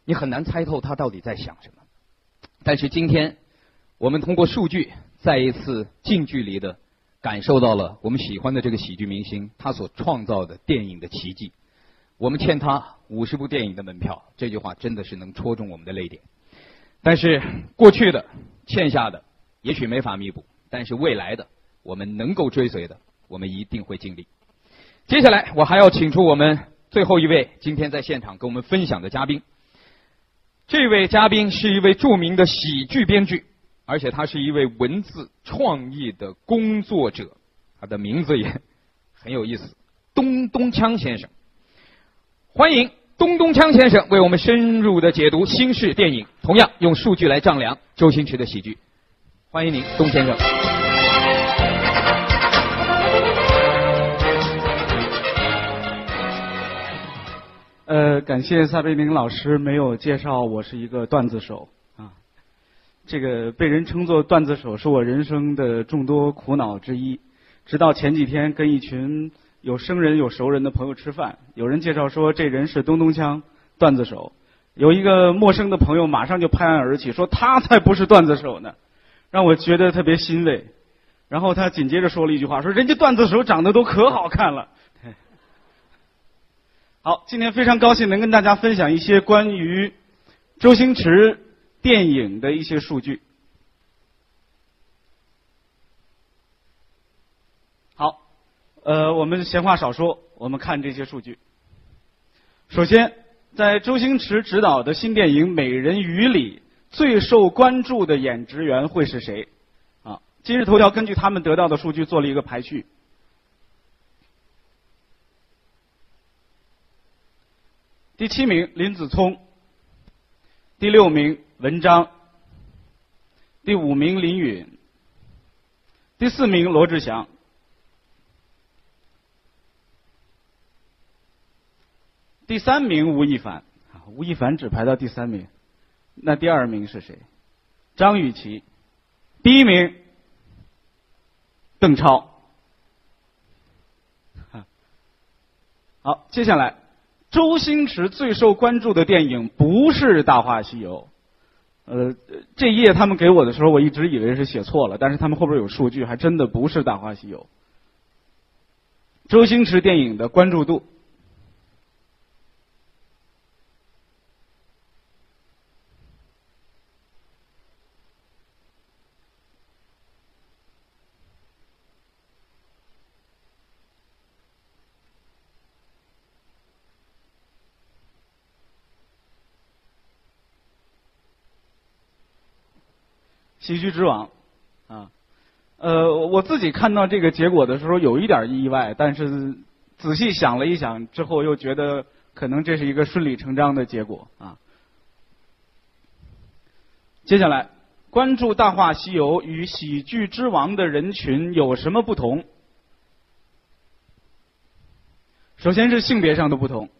你很难猜透他到底在想什么。但是今天，我们通过数据再一次近距离的感受到了我们喜欢的这个喜剧明星他所创造的电影的奇迹。我们欠他50部电影的门票，这句话真的是能戳中我们的泪点。但是过去的欠下的也许没法弥补，但是未来的我们能够追随的，我们一定会尽力。接下来我还要请出我们最后一位今天在现场跟我们分享的嘉宾。这位嘉宾是一位著名的喜剧编剧，而且他是一位文字创意的工作者，他的名字也很有意思，东东锵先生。欢迎东东锵先生为我们深入的解读新式电影，同样用数据来丈量周星驰的喜剧。欢迎您，东先生。 感谢撒贝宁老师没有介绍我是一个段子手啊。这个被人称作段子手是我人生的众多苦恼之一。直到前几天跟一群有生人有熟人的朋友吃饭，有人介绍说这人是东东锵段子手，有一个陌生的朋友马上就拍案而起说他才不是段子手呢，让我觉得特别欣慰。然后他紧接着说了一句话，说人家段子手长得都可好看了。好，今天非常高兴能跟大家分享一些关于周星驰电影的一些数据。好，我们闲话少说，我们看这些数据。首先，在周星驰执导的新电影《美人鱼》里，最受关注的演职员会是谁？啊，今日头条根据他们得到的数据做了一个排序。第7名林子聪，第6名文章，第5名林允，第4名罗志祥，第3名吴亦凡。吴亦凡只排到第3名，那第2名是谁？张雨绮。第1名邓超。好，接下来周星驰最受关注的电影不是《大话西游》。这一页他们给我的时候，我一直以为是写错了，但是他们后边有数据，还真的不是《大话西游》。周星驰电影的关注度，喜剧之王，啊，我自己看到这个结果的时候有一点意外，但是仔细想了一想之后，又觉得可能这是一个顺理成章的结果啊。接下来，关注《大话西游》与喜剧之王的人群有什么不同？首先是性别上的不同，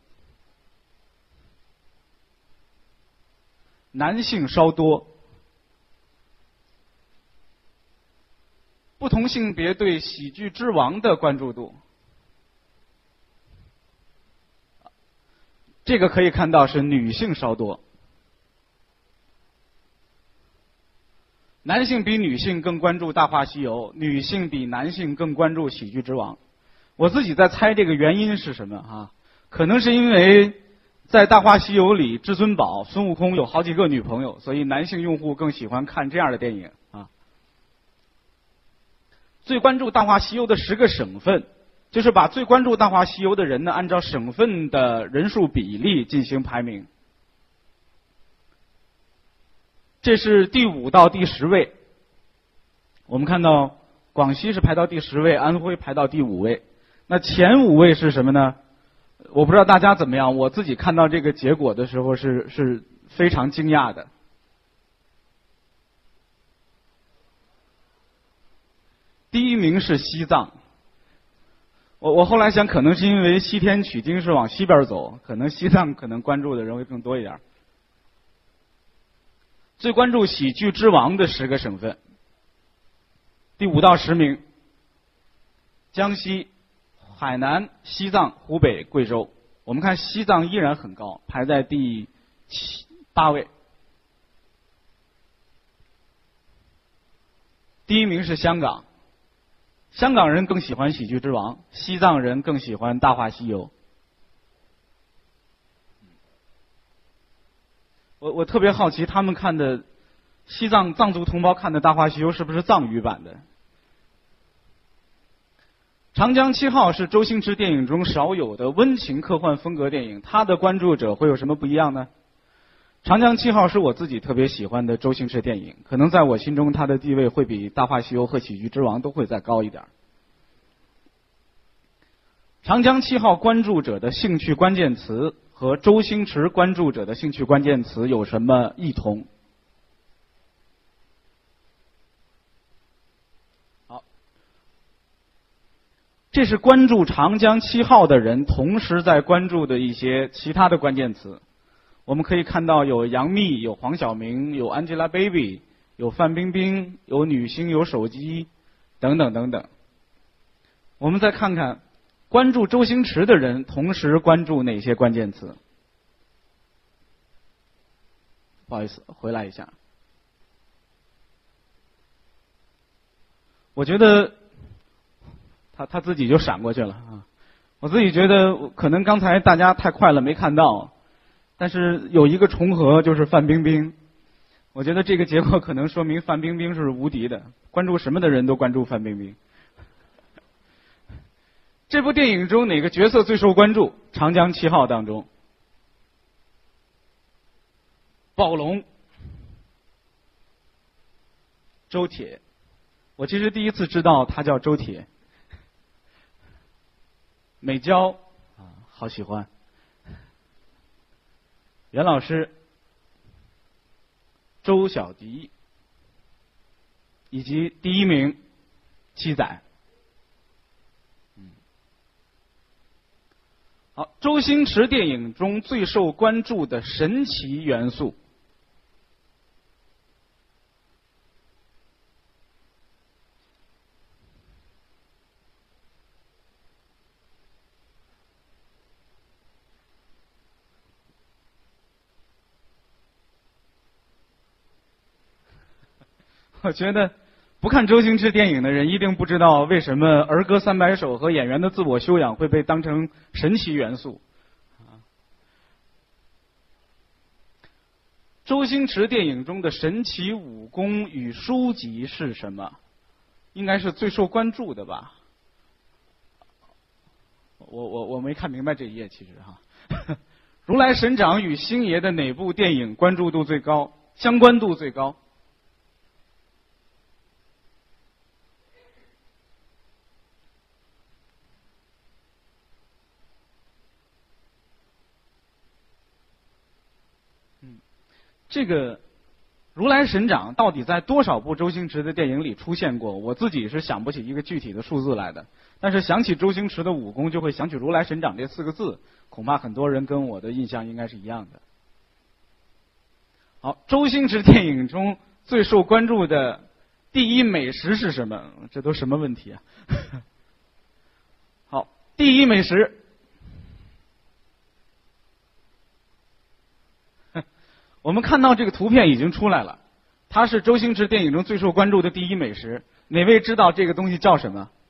男性稍多。不同性别对喜剧之王的关注度，这个可以看到是女性稍多，男性比女性更关注《大话西游》，女性比男性更关注喜剧之王。我自己在猜这个原因是什么啊？可能是因为在《大话西游》里，至尊宝孙悟空有好几个女朋友，所以男性用户更喜欢看这样的电影啊。最关注《大话西游》的10个省份，就是把最关注《大话西游》的人呢，按照省份的人数比例进行排名。这是第5到第10位。我们看到广西是排到第10位，安徽排到第5位。那前5位是什么呢？我不知道大家怎么样，我自己看到这个结果的时候是非常惊讶的。第1名是西藏，我后来想，可能是因为西天取经是往西边走，可能西藏可能关注的人会更多一点。最关注喜剧之王的10个省份，第5到10名，江西、海南、西藏、湖北、贵州。我们看西藏依然很高，排在第 8位。第1名是香港，香港人更喜欢《喜剧之王》，西藏人更喜欢《大话西游》。我特别好奇，他们看的西藏藏族同胞看的《大话西游》是不是藏语版的？长江7号是周星驰电影中少有的温情科幻风格电影，它的关注者会有什么不一样呢？长江7号是我自己特别喜欢的周星驰电影，可能在我心中它的地位会比《大话西游》和《喜剧之王》都会再高一点。长江7号关注者的兴趣关键词和周星驰关注者的兴趣关键词有什么异同？好，这是关注长江7号的人同时在关注的一些其他的关键词。我们可以看到有杨幂、有黄晓明、有 Angelababy、有范冰冰、有女星、有手机等等等等。我们再看看关注周星驰的人同时关注哪些关键词？不好意思，回来一下。我觉得他自己就闪过去了啊！我自己觉得可能刚才大家太快了没看到。但是有一个重合，就是范冰冰。我觉得这个结果可能说明范冰冰是无敌的，关注什么的人都关注范冰冰。这部电影中哪个角色最受关注？长江7号当中，宝龙、周铁。我其实第一次知道他叫周铁。美娇啊，好喜欢。袁老师、周小迪，以及第1名七仔。好，周星驰电影中最受关注的神奇元素。我觉得不看周星驰电影的人一定不知道为什么儿歌300首和演员的自我修养会被当成神奇元素。周星驰电影中的神奇武功与书籍是什么？应该是最受关注的吧？我没看明白这一页，其实哈。如来神掌与星爷的哪部电影关注度最高？相关度最高？这个如来神掌到底在多少部周星驰的电影里出现过？我自己是想不起一个具体的数字来的。但是想起周星驰的武功，就会想起如来神掌这4个字，恐怕很多人跟我的印象应该是一样的。好，周星驰电影中最受关注的第1美食是什么？这都什么问题啊？好，第1美食。我们看到这个图片已经出来了，它是周星驰电影中最受关注的第1美食。哪位知道这个东西叫什么？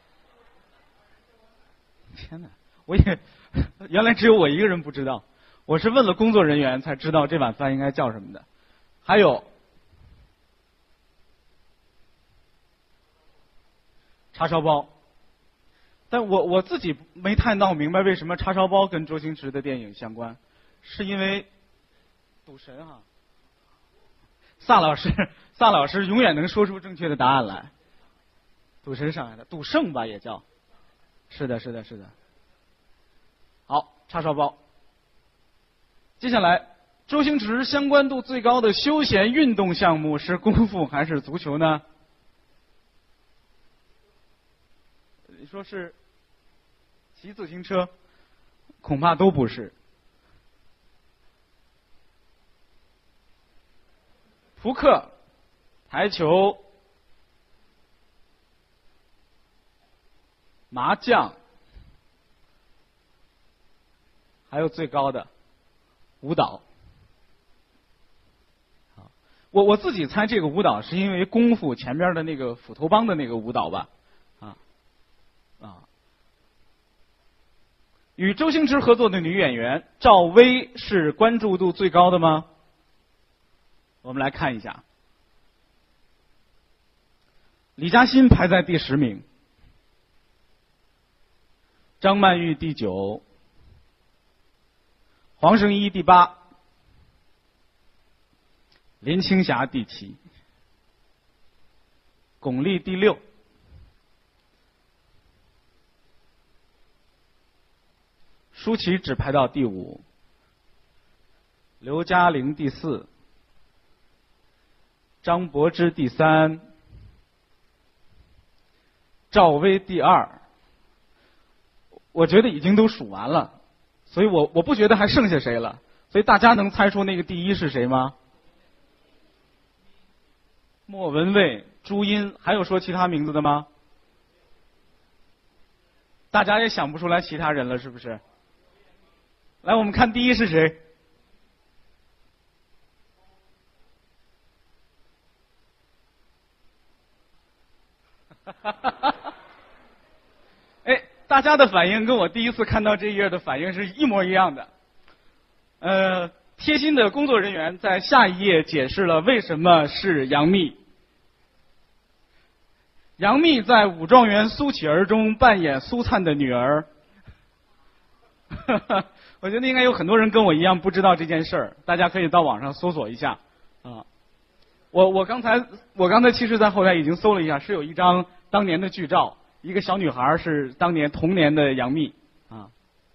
天哪，原来只有我一个人不知道。我是问了工作人员才知道这碗饭应该叫什么的。还有叉烧包，但我自己没太闹明白为什么叉烧包跟周星驰的电影相关，是因为赌神哈，萨老师永远能说出正确的答案来。赌神上来的，赌圣吧也叫。是的。好，叉烧包。接下来，周星驰相关度最高的休闲运动项目是功夫还是足球呢？你说是骑自行车，恐怕都不是。扑克、台球、麻将，还有最高的舞蹈。 我自己猜这个舞蹈是因为功夫前边的那个斧头帮的那个舞蹈吧，与周星驰合作的女演员赵薇是关注度最高的吗？我们来看一下，李嘉欣排在第10名，张曼玉第9，黄圣依第8，林青霞第7，巩俐第6，舒淇只排到第5，刘嘉玲第4，张柏芝第3，赵薇第2。我觉得已经都数完了，所以我不觉得还剩下谁了。所以大家能猜出那个第1是谁吗？莫文蔚、朱茵，还有说其他名字的吗？大家也想不出来其他人了，是不是？来，我们看第1是谁？哎，大家的反应跟我第一次看到这一页的反应是一模一样的。贴心的工作人员在下一页解释了为什么是杨幂。杨幂在《武状元苏乞儿》中扮演苏灿的女儿。我觉得应该有很多人跟我一样不知道这件事儿，大家可以到网上搜索一下啊。我刚才其实在后台已经搜了一下，是有一张当年的剧照，一个小女孩是当年童年的杨幂啊。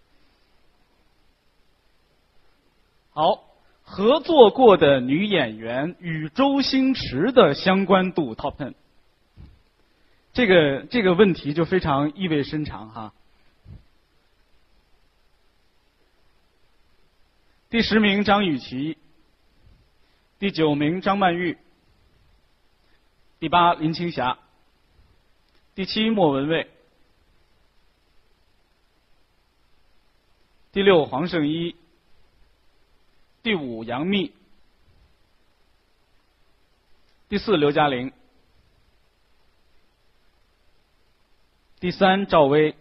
好，合作过的女演员与周星驰的相关度 Top 10， 这个问题就非常意味深长哈。第10名张雨绮，第9名张曼玉，第8林青霞，第7莫文蔚，第6黄圣依，第5杨幂，第4刘嘉玲，第3赵薇，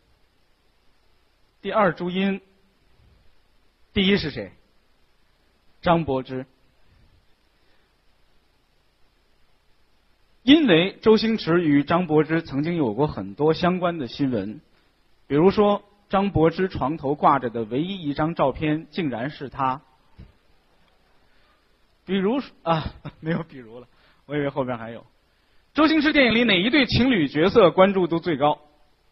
第2朱茵，第1是谁？张柏芝。因为周星驰与张柏芝曾经有过很多相关的新闻，比如说张柏芝床头挂着的唯一一张照片竟然是他。比如没有比如了，我以为后边还有。周星驰电影里哪一对情侣角色关注度最高？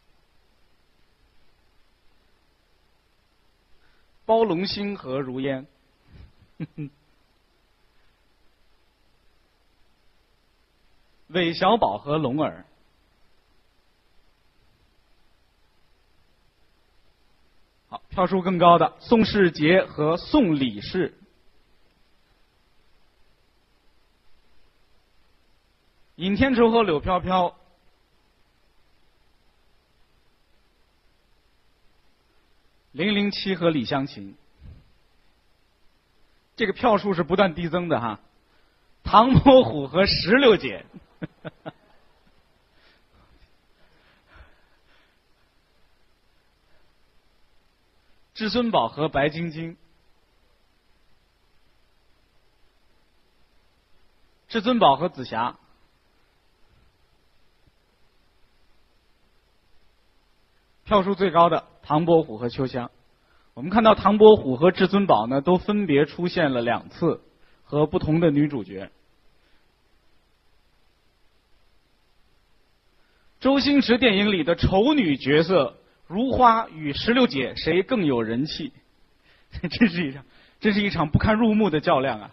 包龙星和如烟。韦小宝和龙儿。好，票数更高的宋世杰和宋李氏。尹天仇和柳飘飘。007和李香琴。这个票数是不断递增的哈。唐伯虎和石榴姐。至尊宝和白晶晶。至尊宝和紫霞。票数最高的唐伯虎和秋香。我们看到唐伯虎和至尊宝呢，都分别出现了2次，和不同的女主角。周星驰电影里的丑女角色如花与石榴姐谁更有人气？这是一场不堪入目的较量啊！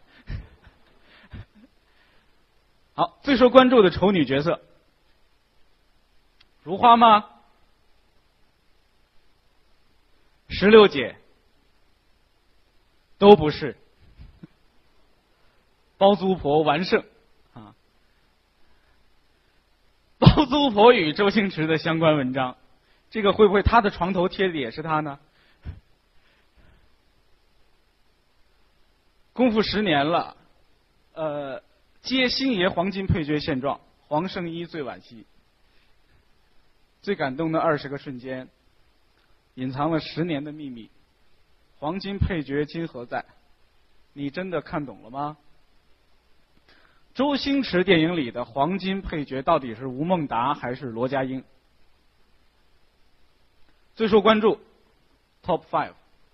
好，最受关注的丑女角色，如花吗？石榴姐？都不是。包租婆完胜啊！包租婆与周星驰的相关文章，这个会不会他的床头贴的也是他呢？功夫10年了， 接星爷黄金配角现状，黄圣依最惋惜。最感动的20个瞬间，隐藏了10年的秘密。黄金配角今何在？你真的看懂了吗？周星驰电影里的黄金配角到底是吴孟达还是罗家英？最受关注 Top 5。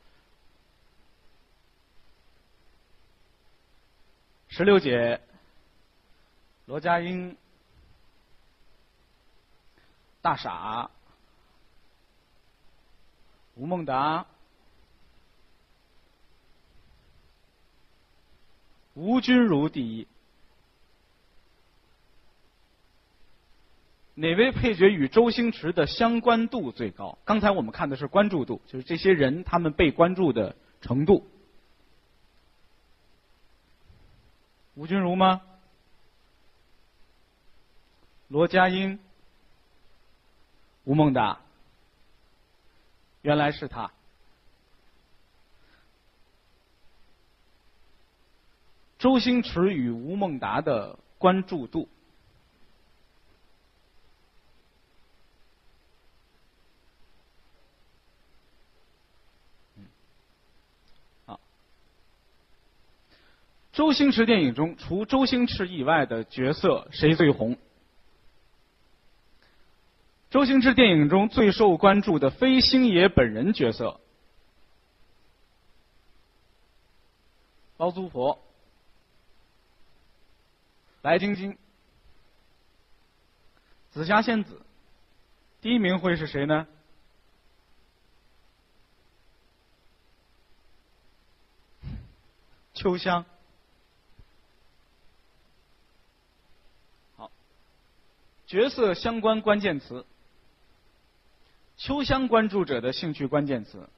石榴姐、罗家英、大傻、吴孟达、吴君如第一。哪位配角与周星驰的相关度最高？刚才我们看的是关注度，就是这些人他们被关注的程度。吴君如吗？罗家英？吴孟达？原来是他。周星驰与吴孟达的关注度。周星驰电影中，除周星驰以外的角色谁最红？周星驰电影中最受关注的非星爷本人角色，包租婆、白晶晶、紫霞仙子，第一名会是谁呢？秋香。角色相关关键词，秋香关注者的兴趣关键词。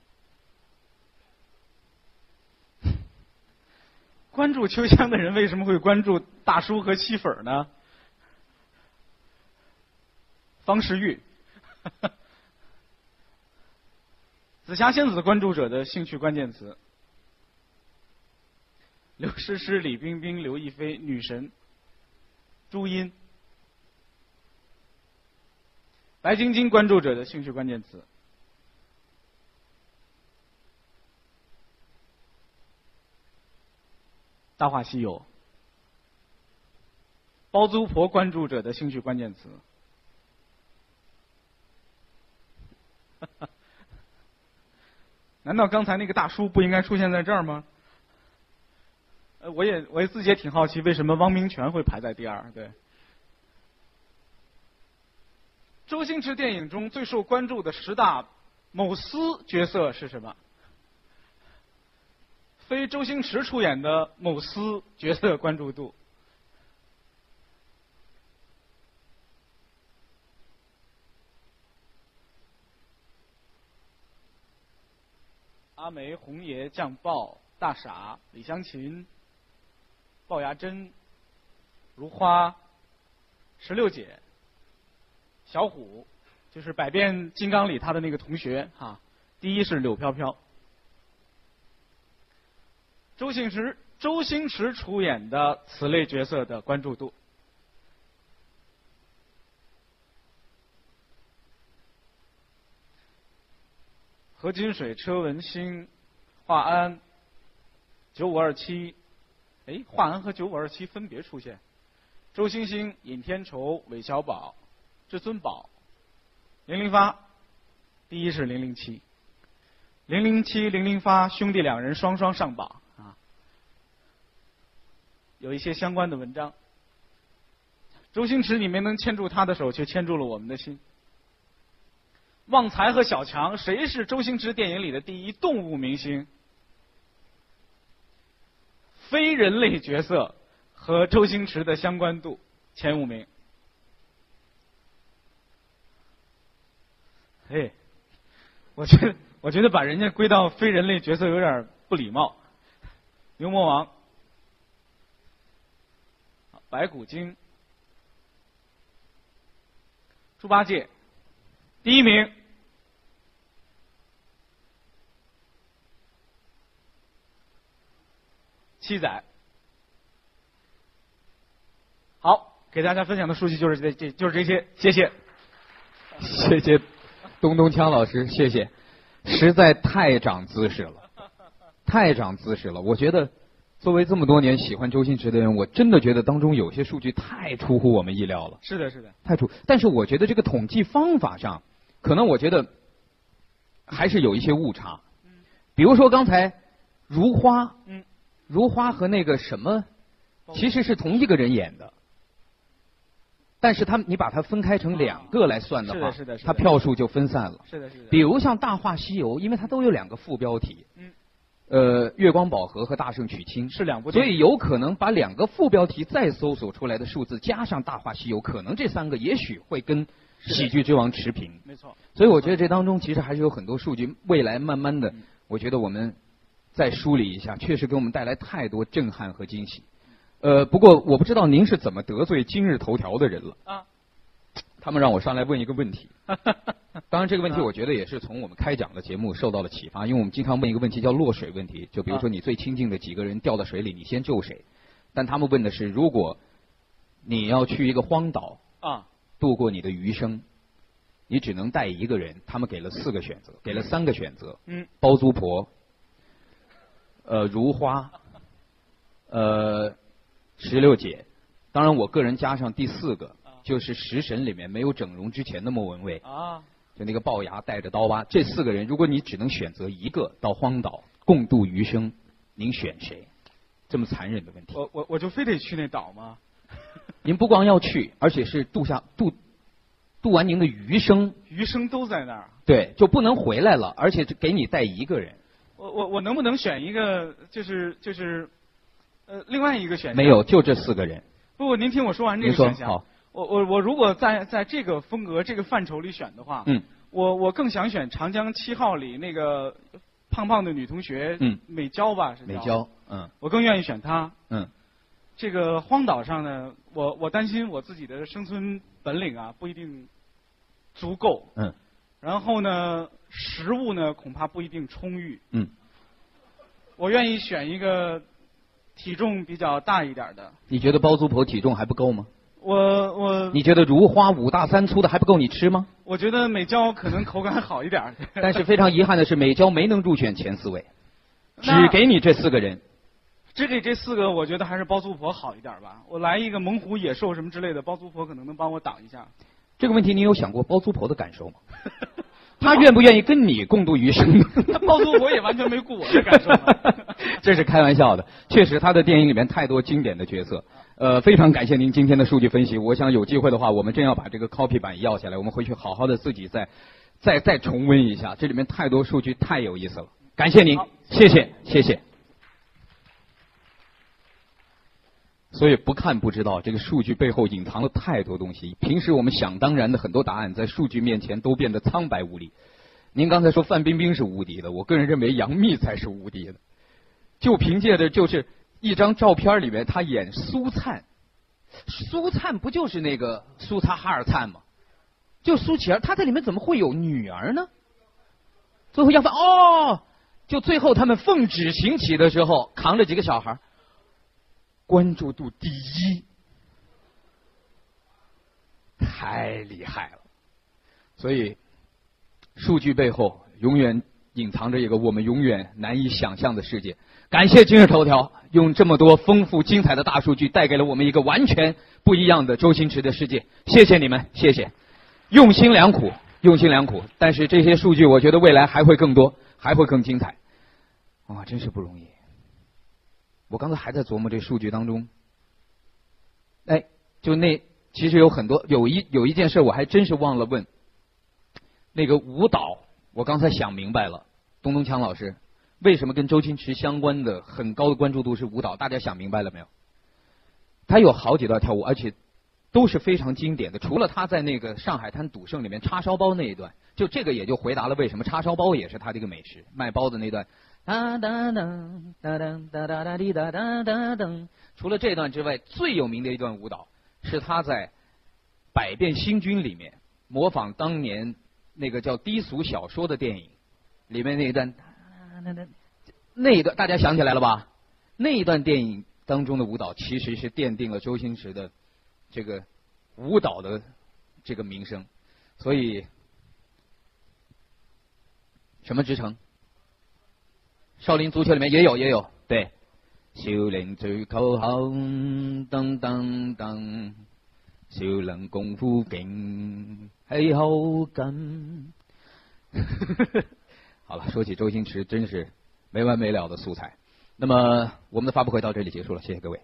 关注秋香的人为什么会关注大叔和吸粉呢？方世玉。紫霞仙子关注者的兴趣关键词：刘诗诗、李冰冰、刘亦菲、女神、朱茵。白晶晶关注者的兴趣关键词：大话西游。包租婆关注者的兴趣关键词：难道刚才那个大叔不应该出现在这儿吗？我也自己也挺好奇，为什么汪明荃会排在第2？对。周星驰电影中最受关注的10大某司角色是什么？非周星驰出演的某司角色关注度。阿梅、红爷、酱爆、大傻、李香琴、龅牙珍、如花、石榴姐、小虎，就是《百变金刚》里他的那个同学哈。第一是柳飘飘。周星驰出演的此类角色的关注度。何金水、车文新、华安、9527，华安和9527分别出现。周星星、尹天仇、韦小宝、至尊宝、零零发，第一是007，007、零零发兄弟2人双双上榜啊，有一些相关的文章。周星驰，你没能牵住他的手，却牵住了我们的心。旺财和小强，谁是周星驰电影里的第一动物明星？非人类角色和周星驰的相关度前5名。我觉得把人家归到非人类角色有点不礼貌。牛魔王、白骨精、猪八戒，第一名。七仔。 好，给大家分享的数据就是这些，谢谢。 谢谢东东锵老师，谢谢，实在太长姿势了，太长姿势了。我觉得作为这么多年喜欢周星驰的人，我真的觉得当中有些数据太出乎我们意料了。 是的，是的， 但是我觉得这个统计方法上，可能我觉得还是有一些误差。比如说刚才如花，如花和那个什么，其实是同一个人演的。但是你把它分开成2个来算的话， 是的， 它票数就分散了。 是的。 比如像《大话西游》，因为它都有2个副标题，月光宝盒和大圣娶亲是2部， 所以有可能把2个副标题再搜索出来的数字加上《大话西游》，可能这3个也许会跟《喜剧之王》持平。 没错。 所以我觉得这当中其实还是有很多数据，未来慢慢的，我觉得我们再梳理一下，确实给我们带来太多震撼和惊喜。不过我不知道您是怎么得罪今日头条的人了啊？他们让我上来问一个问题，当然这个问题我觉得也是从我们开讲的节目受到了启发，因为我们经常问一个问题叫落水问题，就比如说你最亲近的几个人掉到水里，你先救谁？但他们问的是，如果你要去一个荒岛度过你的余生，你只能带1个人，他们给了3个选择，包租婆，如花，16姐，当然我个人加上第4个，就是食神里面没有整容之前的莫文蔚就那个龅牙带着刀疤，这4个人，如果你只能选择1个到荒岛共度余生，您选谁？这么残忍的问题。 我就非得去那岛吗？ 您不光要去，而且是度完您的余生都在那儿。 对，就不能回来了，而且给你带1个人。 我能不能选一个就是另外一个选项？ 没有，就这4个人。 不，您听我说完这个选项。 好。 我如果在这个风格这个范畴里选的话，我更想选《长江7号》里那个胖胖的女同学，美娇吧，是叫美娇， 我更愿意选她。这个荒岛上呢，我担心我自己的生存本领不一定足够。然后呢，食物呢恐怕不一定充裕。我愿意选一个体重比较大一点的。 你觉得包租婆体重还不够吗？ 你觉得如花5大3粗的还不够你吃吗？ 我觉得美娇可能口感好一点。 但是非常遗憾的是，美娇没能入选前4位，只给你这4个人。 只给这4个，我觉得还是包租婆好一点吧。我来一个猛虎、野兽什么之类的，包租婆可能能帮我挡一下。 这个问题你有想过包租婆的感受吗？他愿不愿意跟你共度余生？ 他包租婆也完全没顾我的感受。 这是开玩笑的，确实他的电影里面太多经典的角色。非常感谢您今天的数据分析。我想有机会的话，我们真要把这个 copy 版要下来，我们回去好好的自己再重温一下，这里面太多数据太有意思了。感谢您，谢谢。所以不看不知道，这个数据背后隐藏了太多东西。平时我们想当然的很多答案，在数据面前都变得苍白无力。您刚才说范冰冰是无敌的，我个人认为杨幂才是无敌的。就凭借的就是一张照片里面，她演苏灿，苏灿不就是那个苏擦哈尔灿吗？就苏乞儿，她在里面怎么会有女儿呢？最后要饭就最后他们奉旨行乞的时候，扛着几个小孩。关注度第1，太厉害了。所以，数据背后永远隐藏着一个我们永远难以想象的世界。感谢今日头条用这么多丰富精彩的大数据，带给了我们一个完全不一样的周星驰的世界。谢谢你们，谢谢，用心良苦。但是这些数据，我觉得未来还会更多，还会更精彩。真是不容易。我刚才还在琢磨这数据当中，其实有很多有一件事我还真是忘了问，那个舞蹈，我刚才想明白了，东东锵老师，为什么跟周星驰相关的很高的关注度是舞蹈？大家想明白了没有？他有好几段跳舞，而且都是非常经典的。除了他在那个上海滩赌圣里面叉烧包那一段，就这个也就回答了为什么叉烧包也是他的一个美食，卖包的那段。除了这段之外，最有名的一段舞蹈是他在《百变星君》里面模仿当年那个叫低俗小说的电影里面那一段，大家想起来了吧？那一段电影当中的舞蹈其实是奠定了周星驰的这个舞蹈的这个名声，所以什么之城？少林足球里面也有，对，少林足球好，噔噔噔，少林功夫勁，係好緊。好了，说起周星驰，真是没完没了的素材。那么我们的发布会到这里结束了，谢谢各位。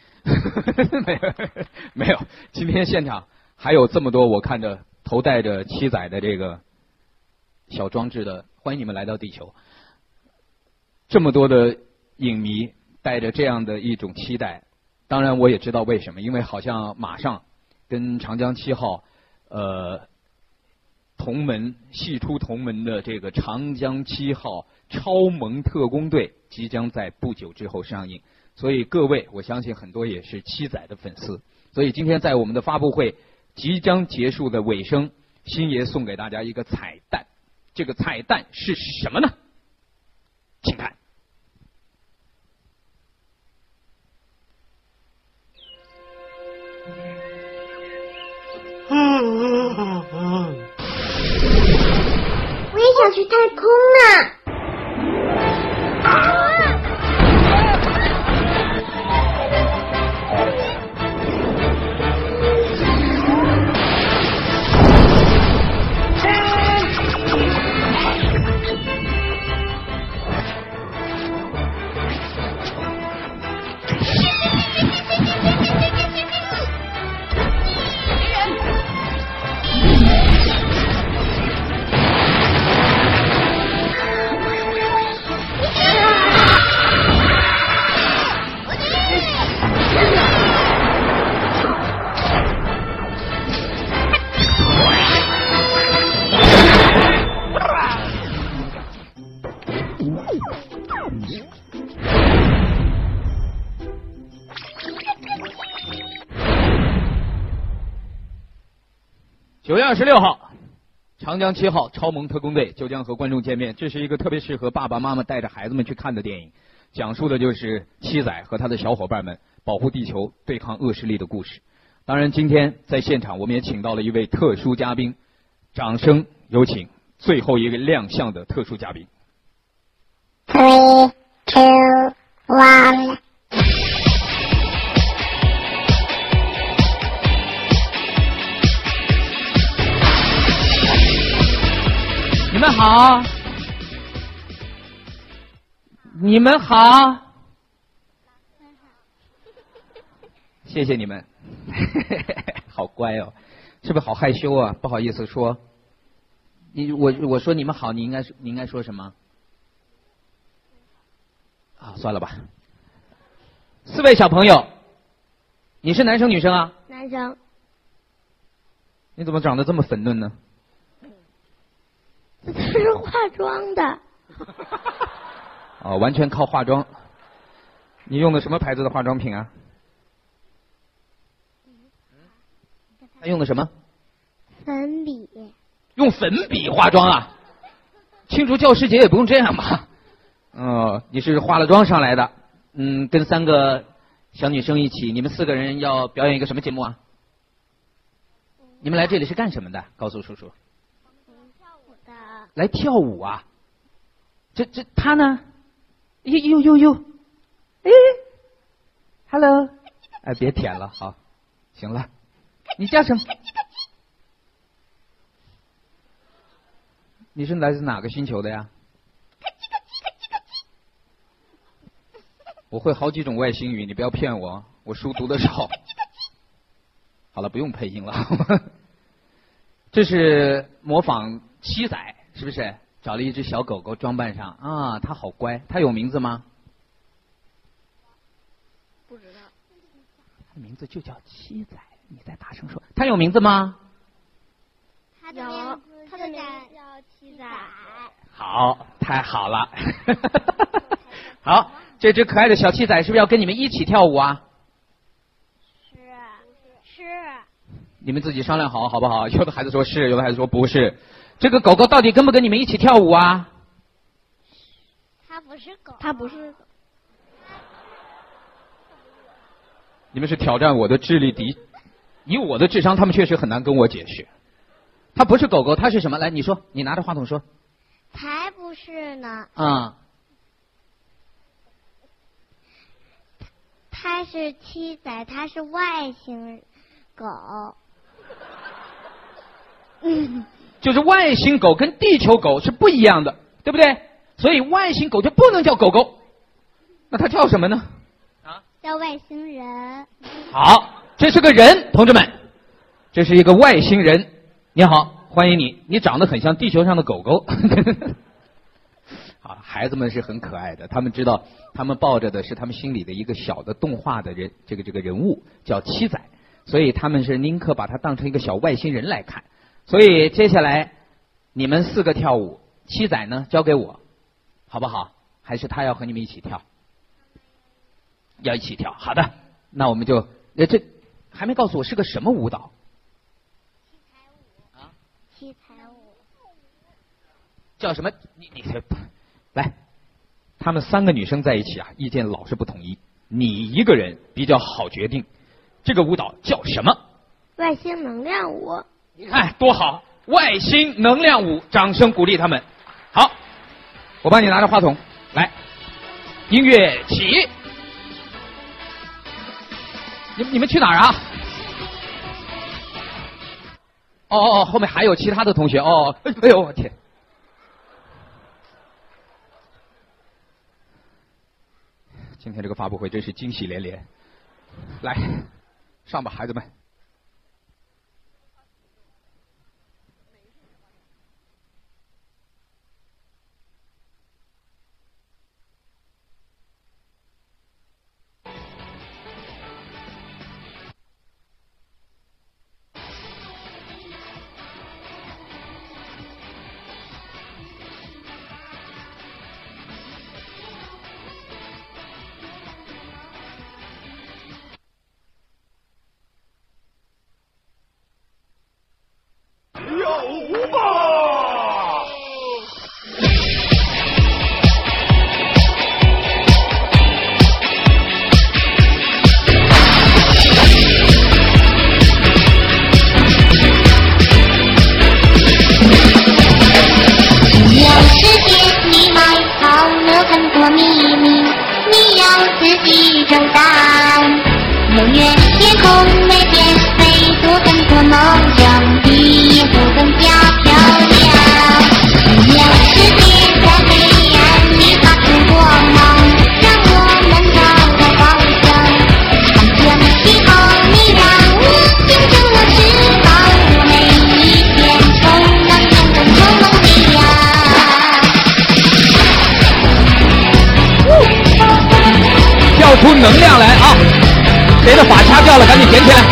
没有，今天现场还有这么多我看着头戴着七仔的这个小装置的，欢迎你们来到地球。这么多的影迷带着这样的一种期待，当然我也知道为什么，因为好像马上跟长江7号同门系出同门的这个长江7号超萌特工队即将在不久之后上映，所以各位我相信很多也是七仔的粉丝，所以今天在我们的发布会即将结束的尾声，星爷送给大家一个彩蛋，这个彩蛋是什么呢？请看。 我也想去太空呢。 9月26号，长江7号超萌特工队就将和观众见面。这是一个特别适合爸爸妈妈带着孩子们去看的电影，讲述的就是七仔和他的小伙伴们保护地球、对抗恶势力的故事。当然，今天在现场我们也请到了一位特殊嘉宾，掌声有请最后一个亮相的特殊嘉宾。 3, 2, 1。 你们好，你们好，谢谢你们，好乖哦，是不是好害羞啊？不好意思说，我说你们好，你应该说什么？啊，算了吧。4位小朋友，你是男生女生啊？ 男生。 你怎么长得这么粉嫩呢？ 这是化妆的。 哦，完全靠化妆。你用的什么牌子的化妆品啊？他用的什么？ 粉笔。 用粉笔化妆啊？庆祝教师节也不用这样吧？你是化了妆上来的，跟3个小女生一起，你们4个人要表演一个什么节目啊？你们来这里是干什么的？告诉叔叔。来跳舞啊？这他呢？呦，哎 ，Hello， 哎，别舔了，好，行了，你叫什么？你是来自哪个星球的呀？我会好几种外星语，你不要骗我，我书读得少。好了，不用配音了。这是模仿七仔，是不是？找了一只小狗狗装扮上啊，它好乖。它有名字吗？ 不知道。 它的名字就叫七仔，你再大声说。它有名字吗？ 他的名字叫七仔。 好，太好了。好，这只可爱的小七仔是不是要跟你们一起跳舞啊？ 是。 你们自己商量好不好？有的孩子说是，有的孩子说不是。这个狗狗到底跟不跟你们一起跳舞啊？ 它不是狗。 你们是挑战我的智力以我的智商，他们确实很难跟我解释。它不是狗狗，它是什么？来，你说，你拿着话筒说。 才不是呢。 啊、 它是七仔，它是外星狗。 就是外星狗跟地球狗是不一样的，对不对？所以外星狗就不能叫狗狗，那它叫什么呢？ 叫外星人。 好，这是个人，同志们，这是一个外星人。你好，欢迎你，你长得很像地球上的狗狗。好，孩子们是很可爱的，他们知道，他们抱着的是他们心里的一个小的动画的人，这个人物叫七仔，所以他们是宁可把它当成一个小外星人来看。所以接下来你们4个跳舞，七仔呢交给我，好不好？还是他要和你们一起跳？要一起跳，好的，那我们就这还没告诉我是个什么舞蹈？ 七彩舞。 叫什么？你来，她们3个女生在一起啊，意见老是不统一。你一个人比较好决定，这个舞蹈叫什么？ 外星能量舞。 你看多好，外星能量舞，掌声鼓励他们。好，我帮你拿着话筒，来，音乐起。你们去哪儿啊？哦，后面还有其他的同学哦。哎呦我天！今天这个发布会真是惊喜连连。来，上吧，孩子们。出能量来啊！谁的发卡掉了，赶紧捡起来。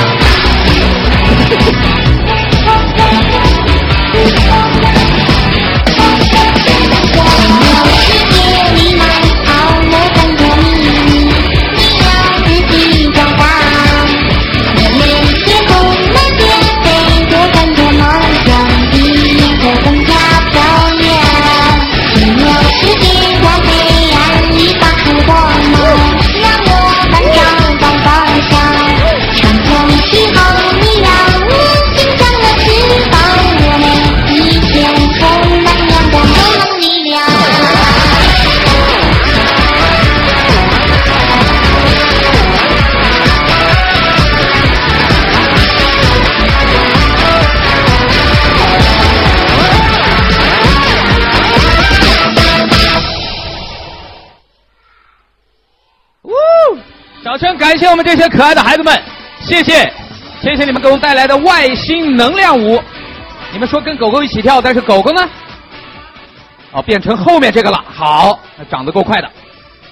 掌声感谢我们这些可爱的孩子们，谢谢，谢谢你们给我们带来的外星能量舞。你们说跟狗狗一起跳，但是狗狗呢？哦，变成后面这个了。好，长得够快的。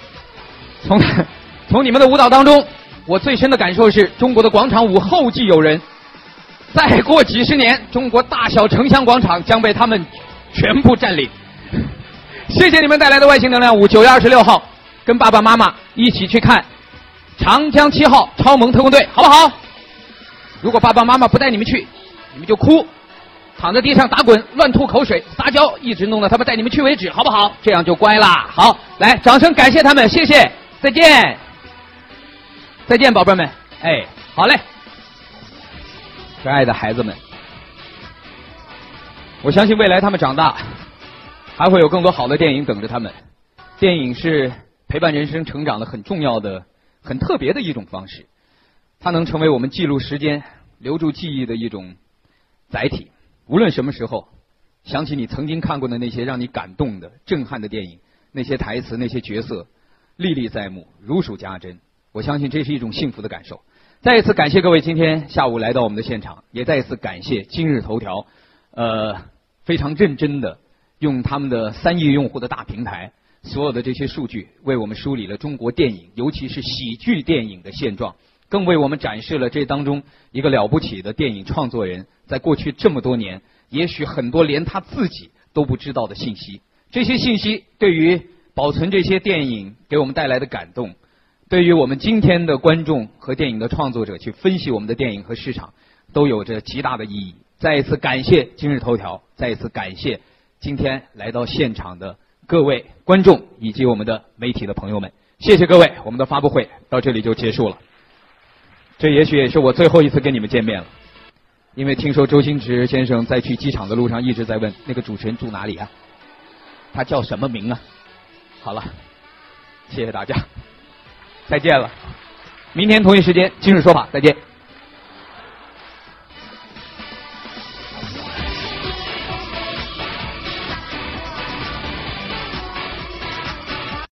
从你们的舞蹈当中，我最深的感受是中国的广场舞后继有人。再过几十年，中国大小城乡广场将被他们全部占领。谢谢你们带来的外星能量舞。9月26号，跟爸爸妈妈一起去看长江7号超萌特工队，好不好？如果爸爸妈妈不带你们去，你们就哭，躺在地上打滚，乱吐口水，撒娇，一直弄到他们带你们去为止，好不好？这样就乖啦。好，来，掌声感谢他们，谢谢，再见，再见，宝贝们，哎，好嘞。 可爱的孩子们。我相信未来他们长大，还会有更多好的电影等着他们。电影是陪伴人生成长的很重要的、很特别的一种方式，它能成为我们记录时间、留住记忆的一种载体。无论什么时候，想起你曾经看过的那些让你感动的、震撼的电影，那些台词、那些角色，历历在目，如数家珍。我相信这是一种幸福的感受。再一次感谢各位今天下午来到我们的现场，也再一次感谢今日头条，非常认真的用他们的3亿用户的大平台，所有的这些数据为我们梳理了中国电影，尤其是喜剧电影的现状，更为我们展示了这当中一个了不起的电影创作人在过去这么多年，也许很多连他自己都不知道的信息。这些信息对于保存这些电影给我们带来的感动，对于我们今天的观众和电影的创作者去分析我们的电影和市场，都有着极大的意义。再一次感谢今日头条，再一次感谢今天来到现场的各位观众以及我们的媒体的朋友们，谢谢各位，我们的发布会到这里就结束了。这也许也是我最后一次跟你们见面了，因为听说周星驰先生在去机场的路上一直在问那个主持人住哪里啊，他叫什么名啊。好了，谢谢大家，再见了。明天同一时间今日说法，再见。